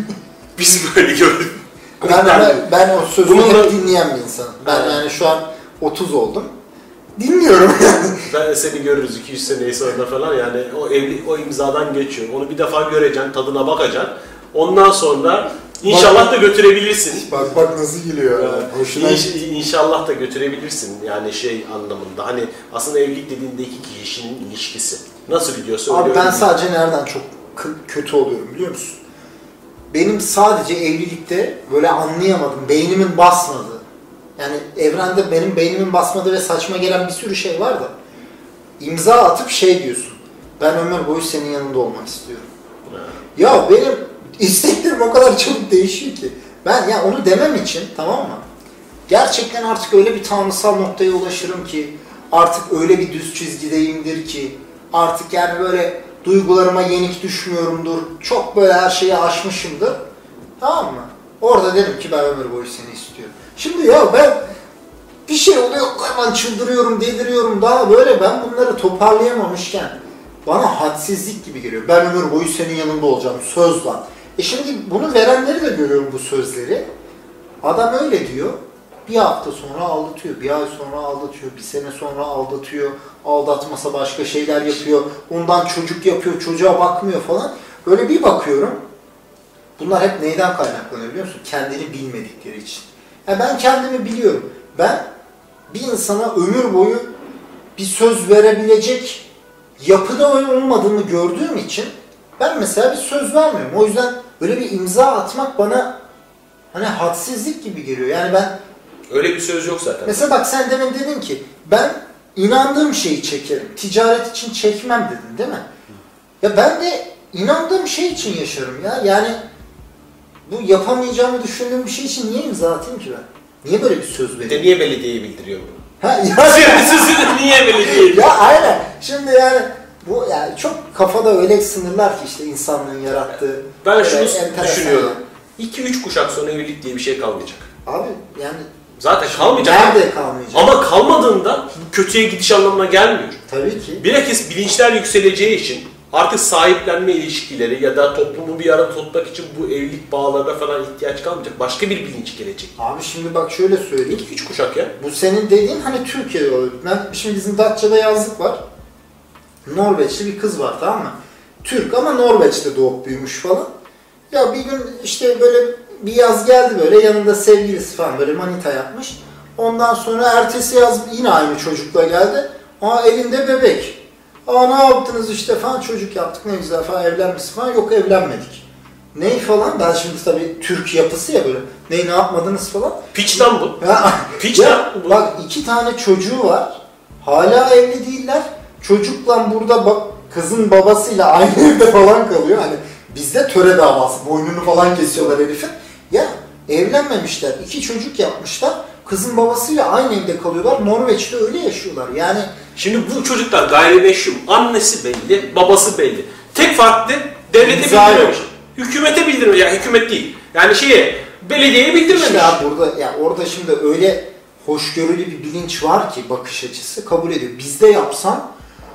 Biz böyle gördük. Ben, ben, ben o sözü Bununla... hep dinleyen bir insanım. Ben evet. Yani şu an otuz oldum. Dinliyorum yani. Ben seni görürüz iki yüz seneyi sonra falan, yani o evli, o imzadan geçiyor. Onu bir defa göreceksin, tadına bakacaksın. Ondan sonra inşallah da götürebilirsin. Bak bak nasıl gülüyor. Yani. Hoşuna İnş, inşallah da götürebilirsin. Yani şey anlamında. Hani aslında evlilik dediğinde iki kişinin ilişkisi. Nasıl gidiyorsa öyle. Abi ben öyle sadece nereden çok kötü oluyorum biliyor musun? Benim sadece evlilikte böyle anlayamadım. Beynimin basmadığı. Yani evrende benim beynimin basmadığı ve saçma gelen bir sürü şey var da. İmza atıp şey diyorsun. Ben ömür boyu senin yanında olmak istiyorum. Ha. Ya benim isteklerim o kadar çabuk değişiyor ki. Ben ya onu demem için, tamam mı? Gerçekten artık öyle bir tanrısal noktaya ulaşırım ki, artık öyle bir düz çizgideyimdir ki, artık yani böyle duygularıma yenik düşmüyorumdur. Çok böyle her şeyi aşmışımdır. Tamam mı? Orada dedim ki ben ömür boyu seni istiyorum. Şimdi ya ben bir şey oluyor, hemen çıldırıyorum, deliriyorum. Daha böyle ben bunları toparlayamamışken bana hadsizlik gibi geliyor. Ben ömür boyu senin yanında olacağım. Söz var. E şimdi bunu verenleri de görüyorum, bu sözleri. Adam öyle diyor. Bir hafta sonra aldatıyor, bir ay sonra aldatıyor, bir sene sonra aldatıyor. Aldatmasa başka şeyler yapıyor. Ondan çocuk yapıyor, çocuğa bakmıyor falan. Böyle bir bakıyorum. Bunlar hep neyden kaynaklanıyor biliyor musun? Kendini bilmedikleri için. Yani ben kendimi biliyorum. Ben bir insana ömür boyu bir söz verebilecek yapıda olmadığını gördüğüm için ben mesela bir söz vermiyorum. O yüzden böyle bir imza atmak bana hani hadsizlik gibi geliyor. Yani ben öyle bir söz yok zaten. Mesela bak sen demin dedin ki ben inandığım şeyi çekerim. Ticaret için çekmem dedin değil mi? Ya ben de inandığım şey için yaşarım ya. Yani bu yapamayacağımı düşündüğüm bir şey için niye imza atayım ki ben? Niye böyle bir söz vereyim? De niye belediyeye bildiriyor bunu? Ha ya. Sözünü niye belediyeye? Ya aynen. Şimdi yani bu yani çok kafada öyle sınırlar ki işte insanlığın yarattığı. Ben şunu düşünüyorum. iki üç kuşak sonra evlilik diye bir şey kalmayacak. Abi yani zaten kalmayacak. Nerede kalmayacak? Ama kalmadığında kötüye gidiş anlamına gelmiyor. Tabii ki. Bilakis bilinçler yükseleceği için artık sahiplenme ilişkileri ya da toplumu bir arada tutmak için bu evlilik bağlarına falan ihtiyaç kalmayacak. Başka bir bilinç gelecek. Abi şimdi bak şöyle söyleyeyim. iki üç kuşak ya. Bu senin dediğin hani Türkiye'de oluyor. Ben şimdi bizim Datça'da yazlık var. Norveçli bir kız var, tamam mı? Türk ama Norveç'te doğup büyümüş falan. Ya bir gün işte böyle bir yaz geldi, böyle yanında sevgilisi falan böyle manita yapmış. Ondan sonra ertesi yaz yine aynı çocukla geldi. Aa elinde bebek. Aa ne yaptınız işte falan, çocuk yaptık ne güzel falan, evlenmişsin falan. Yok evlenmedik. Ney falan, ben şimdi tabii Türk yapısı ya böyle, ney ne yapmadınız falan. Piçten bu. Ya, Piçten ya, bu. bak iki tane çocuğu var, hala evli değiller. Çocukla burada bak kızın babasıyla aynı evde falan kalıyor. Hani bizde töre davası, boynunu falan kesiyorlar herifin. Ya evlenmemişler, iki çocuk yapmışlar. Kızın babasıyla aynı evde kalıyorlar. Norveç'te öyle yaşıyorlar. Yani Şimdi bu çocuklar gayrimeşru. Annesi belli, babası belli. Tek farklı devlete İmza bildirmemiş. yok. Hükümete bildirmemiş. Yani hükümet değil. Yani şeye, belediyeye bildirmemiş. işte abi burada, ya orada şimdi öyle hoşgörülü bir bilinç var ki, bakış açısı kabul ediyor. Bizde yapsan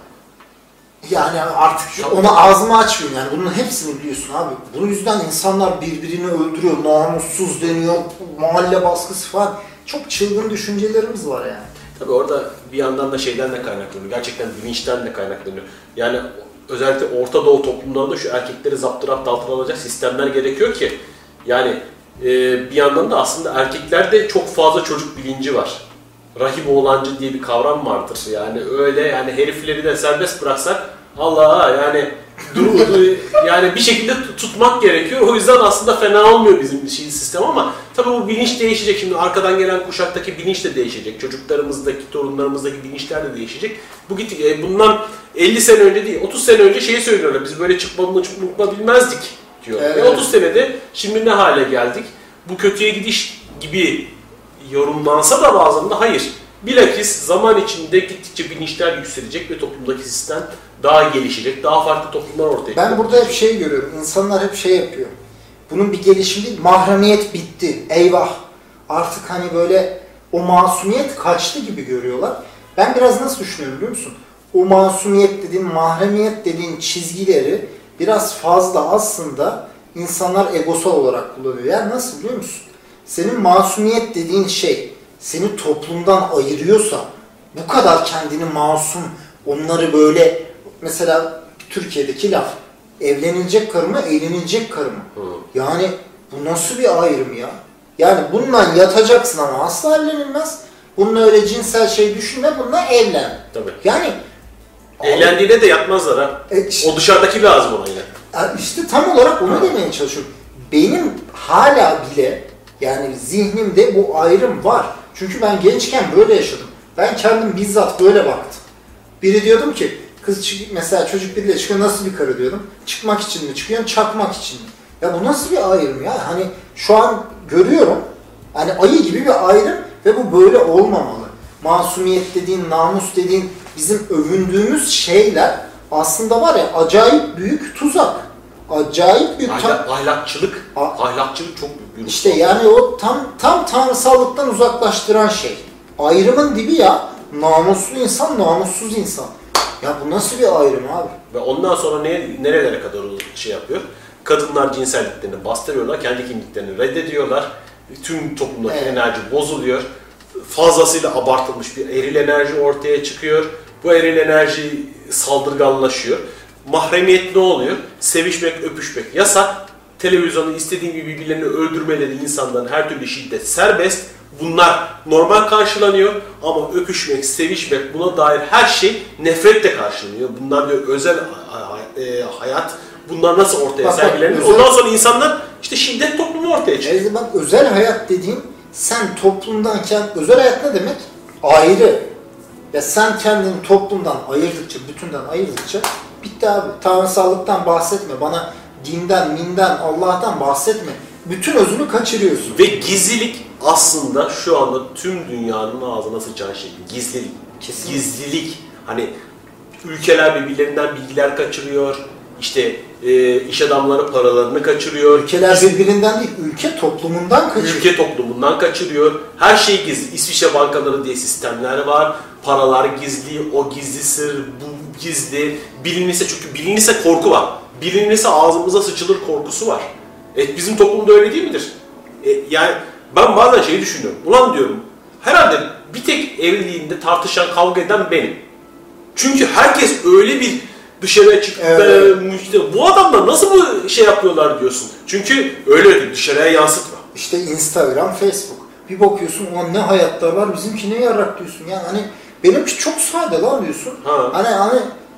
yani artık şu, ona ağzımı açmayayım yani, bunun hepsini biliyorsun abi. Bunun yüzden insanlar birbirini öldürüyor, namussuz deniyor, mahalle baskısı falan. Çok çılgın düşüncelerimiz var yani. Tabii orada bir yandan da şeyden de kaynaklanıyor. Gerçekten bilinçten de kaynaklanıyor. Yani özellikle Orta Doğu toplumlarında şu erkekleri zaptırapt altına alacak sistemler gerekiyor ki yani e, bir yandan da aslında erkeklerde çok fazla çocuk bilinci var. Rahip oğlancı diye bir kavram vardır. Yani öyle yani herifleri de serbest bıraksak Allah'a yani duru, yani bir şekilde tutmak gerekiyor. O yüzden aslında fena olmuyor bizim şey sistem ama tabii bu bilinç değişecek. Şimdi arkadan gelen kuşaktaki bilinç de değişecek. Çocuklarımızdaki, torunlarımızdaki bilinçler de değişecek. Bu git bundan elli sene önce değil, otuz sene önce şeyi söylüyorlar. Biz böyle çıkmamı çıkmamı bilmezdik diyor. Evet. Ve otuz senede şimdi ne hale geldik? Bu kötüye gidiş gibi yorumlansa da bazen de hayır. Bilakis zaman içinde gittikçe bilinçler yükselecek ve toplumdaki sistem daha gelişecek, daha farklı toplumlar ortaya çıkacak. Ben burada hep şey görüyorum, insanlar hep şey yapıyor. Bunun bir gelişimi değil, mahremiyet bitti, eyvah. Artık hani böyle o masumiyet kaçtı gibi görüyorlar. Ben biraz nasıl düşünüyorum biliyor musun? O masumiyet dediğin, mahremiyet dediğin çizgileri biraz fazla aslında insanlar egosal olarak kullanıyor. Yani nasıl biliyor musun? Senin masumiyet dediğin şey seni toplumdan ayırıyorsa, bu kadar kendini masum, onları böyle, mesela Türkiye'deki laf, evlenilecek karı mı, eğlenilecek karı mı? Hı. Yani bu nasıl bir ayrım ya? Yani bununla yatacaksın ama asla evlenilmez. Bununla öyle cinsel şey düşünme, bununla evlen. Tabii. Yani Eğlendiğine de yatmazlar ha. E, işte- O dışarıdaki lazım ona yine. İşte tam olarak onu demeye çalışıyorum. Benim hala bile yani zihnimde bu ayrım var. Çünkü ben gençken böyle yaşadım. Ben kendim bizzat böyle baktım. Biri diyordum ki, kız çık mesela çocuk biriyle çıkıyor, nasıl bir karı diyordum. Çıkmak için mi çıkıyorsun, çakmak için mi? Ya bu nasıl bir ayrım ya? Hani şu an görüyorum, hani ayı gibi bir ayrım ve bu böyle olmamalı. Masumiyet dediğin, namus dediğin, bizim övündüğümüz şeyler aslında var ya, acayip büyük tuzak. Acayip büyük Ahlak, ahlakçılık, A- ahlakçılık çok büyük bir İşte ruh. yani o tam tam tanrısallıktan uzaklaştıran şey. Ayrımın dibi ya. Namuslu insan, namussuz insan. Ya bu nasıl bir ayrım abi? Ve ondan sonra ne, nerelere kadar o şey yapıyor? Kadınlar cinselliklerini bastırıyorlar, kendi kimliklerini reddediyorlar. Tüm toplumdaki Evet. enerji bozuluyor. Fazlasıyla abartılmış bir eril enerji ortaya çıkıyor. Bu eril enerji saldırganlaşıyor. Mahremiyet ne oluyor? Sevişmek, öpüşmek yasak. Televizyonda istediğin gibi birbirlerini öldürmeleri, insanların her türlü şiddet serbest. Bunlar normal karşılanıyor ama öpüşmek, sevişmek, buna dair her şey nefretle karşılanıyor. Bunlar diyor özel e, hayat, bunlar nasıl ortaya Bak, bak, sergileniyor? özel- Ondan sonra insanlar işte şiddet toplumu ortaya çıkıyor. Yani bak, özel hayat dediğin, sen toplumdanken, özel hayat ne demek? Ayrı. Ya sen kendini toplumdan ayırdıkça, bütünden ayırdıkça bitti abi. Tanrısallıktan bahsetme, bana dinden, minden, Allah'tan bahsetme. Bütün özünü kaçırıyorsun. Ve gizlilik aslında şu anda tüm dünyanın ağzına sıçan şey. Gizlilik. Kesinlikle. Gizlilik. Hani ülkeler birbirlerinden bilgiler kaçırıyor. İşte e, iş adamları paralarını kaçırıyor. Ülkeler birbirinden değil, ülke toplumundan kaçıyor. Ülke toplumundan kaçırıyor. Her şey gizli. İsviçre bankaları diye sistemler var. Paralar gizli, o gizli sır, bu gizli. Bilinirse, çünkü bilinirse korku var. Bilinirse ağzımıza sıçılır korkusu var. E, bizim toplumda öyle değil midir? E, yani ben bazen şeyi düşünüyorum. Ulan diyorum, herhalde bir tek evliliğinde tartışan, kavga eden benim. Çünkü herkes öyle bir dışarıya çıkıp Evet. işte, bu adamlar nasıl bu şey yapıyorlar diyorsun. Çünkü öyle değil, dışarıya yansıtma. İşte Instagram, Facebook. Bir bakıyorsun, ulan ne hayatlar var, bizimki ne yarrak diyorsun. Yani hani benimki çok sade lan diyorsun. Ha. Hani hani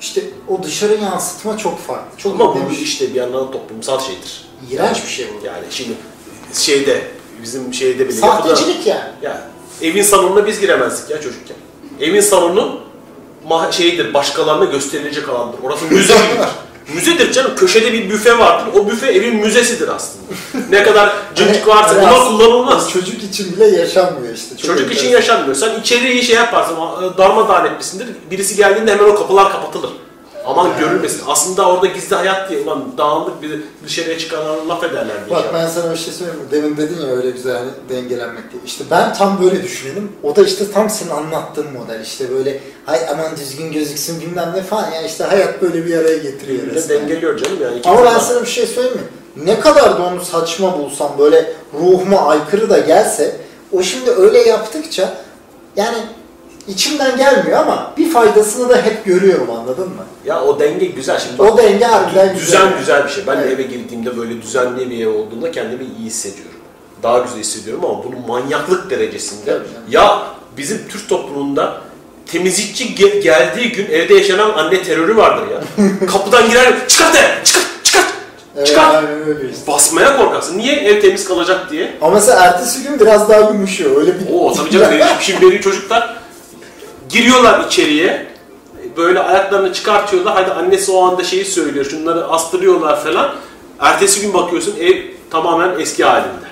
işte o dışarı yansıtma çok farklı. Çok Ama bu demiş. işte bir yandan toplumsal şeydir. İğrenç bir şey bu. Yani şimdi şeyde bizim şeyde bile Sahtecilik yani. Yani evin salonuna biz giremezdik ya çocukken. Evin salonu ma- şeydir, başkalarına gösterilecek alandır. Orası müze gibidir. Müzedir canım. Köşede bir büfe vardır. O büfe evin müzesidir aslında. Ne kadar cıncık varsa Evet, buna aslında kullanılmaz. Çocuk için bile yaşanmıyor işte. Çok Çocuk için enteresan. yaşanmıyor. Sen içeriği şey yaparsın, darmadağın etmişsindir. Birisi geldiğinde hemen o kapılar kapatılır. Aman Yani. görülmesin. Aslında orada gizli hayat diye ulan dağınık bir dışarıya çıkanlara laf ederler diye. Bak ben sana bir şey söyleyeyim mi? Demin dedin ya öyle güzel hani dengelenmek diye. İşte ben tam böyle düşünelim. O da işte tam senin anlattığın model. İşte böyle hay aman düzgün gözüksün bilmem ne falan. Yani işte hayat böyle bir araya getiriyor. Bir de resmen. dengeliyor canım yani. Ama ben sana bir şey söyleyeyim mi? Ne kadar da onu saçma bulsam böyle ruhuma aykırı da gelse o şimdi öyle yaptıkça yani içimden gelmiyor ama bir faydasını da hep görüyorum, anladın mı? Ya o denge güzel şimdi. O denge harbiden Düzen güzel. güzel bir şey. Ben Evet. eve girdiğimde böyle düzenli bir ev olduğunda kendimi iyi hissediyorum. Daha güzel hissediyorum ama bunun manyaklık derecesinde. Tabii. Ya bizim Türk toplumunda temizlikçi ge- geldiği gün evde yaşanan anne terörü vardır ya. Kapıdan girer, çıkart de, çıkart, çıkart, Evet, çıkart. aynen öyle işte. Basmaya korkarsın. Niye ev temiz kalacak diye? Ama mesela ertesi gün biraz daha yumuşuyor. Öyle bir... Oo tabii canım. benim- Şimdi benim çocuklar giriyorlar içeriye. Böyle ayaklarını çıkartıyorlar. Hadi annesi o anda şeyi söylüyor. Şunları astırıyorlar falan. Ertesi gün bakıyorsun ev tamamen eski halinde.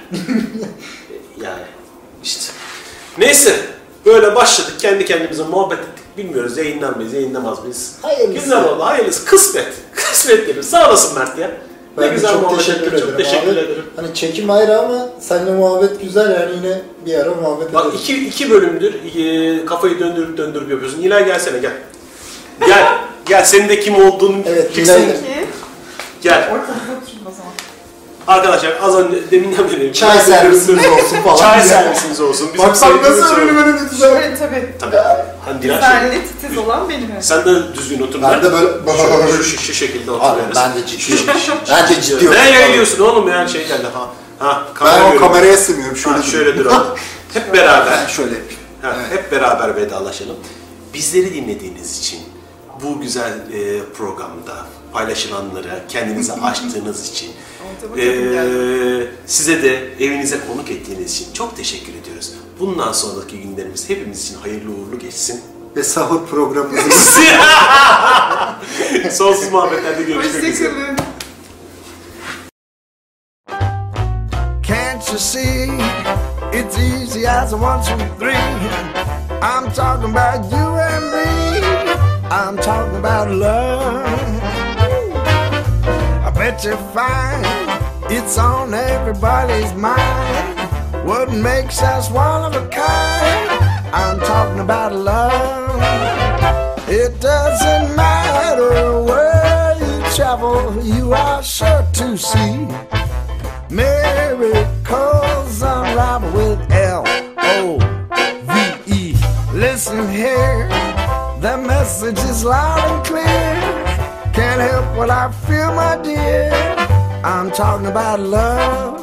Yani işte. Neyse. Böyle başladık. Kendi kendimize muhabbet ettik. Bilmiyoruz yayınlar mıyız, yayınlamaz mıyız? Hayırlısı. Güzel oldu. Hayırlısı. Kısmet. Kısmet dedim. Sağ olasın Mert ya. Ben ne de güzel çok muhabbet teşekkür ettik. ederim. Çok teşekkür abi. ederim. Hani çekim ayrı ama seninle muhabbet güzel, yani yine bir ara muhabbet Bak ederiz. iki, iki bölümdür e, kafayı döndürüp döndürüp yapıyorsun. Nilay gelsene gel. Gel. Gel senin de kim olduğunu Evet, çıksın. Nilay. Peki. Gel. Ortada oturayım o zaman. Arkadaşlar az önce deminden beri Çay servisiniz olsun falan. Çay servisiniz olsun. Bizim Bak bak nasıl sevdiğimiz öyle şey. böyle ne güzel. Şöyle tabii. Tabii. Hani Dilan Güzelli titiz olan benim. sen de düzgün otur. Ben de böyle... şu, şu, şu şekilde Abi oturuyoruz. ben de ciddiyim. Ben de ciddiyim. Ne yayınlıyorsun oğlum ya şey geldi ha. Ha kamera Ben o görüyorum. kameraya sığmıyorum. Şöyle, Ha, şöyle duralım. Hep beraber. Ben şöyle yapayım. Ha, Hep beraber vedalaşalım. Bizleri dinlediğiniz için, bu güzel e, programda paylaşılanları kendinize açtığınız için, Ortama e, takım geldi. size de evinize konuk ettiğiniz için çok teşekkür ediyoruz. Bundan sonraki günlerimiz hepimiz için hayırlı uğurlu geçsin. Ve sahur programımızı... Sonsuz muhabbetlerde görüşmek üzere. Hoşçakalın. Can't you see? It's easy as a one, two, three. I'm talking about you and me. I'm talking about love. I bet you find it's on everybody's mind. What makes us one of a kind? I'm talking about love. It doesn't matter where you travel, you are sure to see miracles unravel with L O V E. Listen here, the message is loud and clear. Can't help what I feel, my dear. I'm talking about love.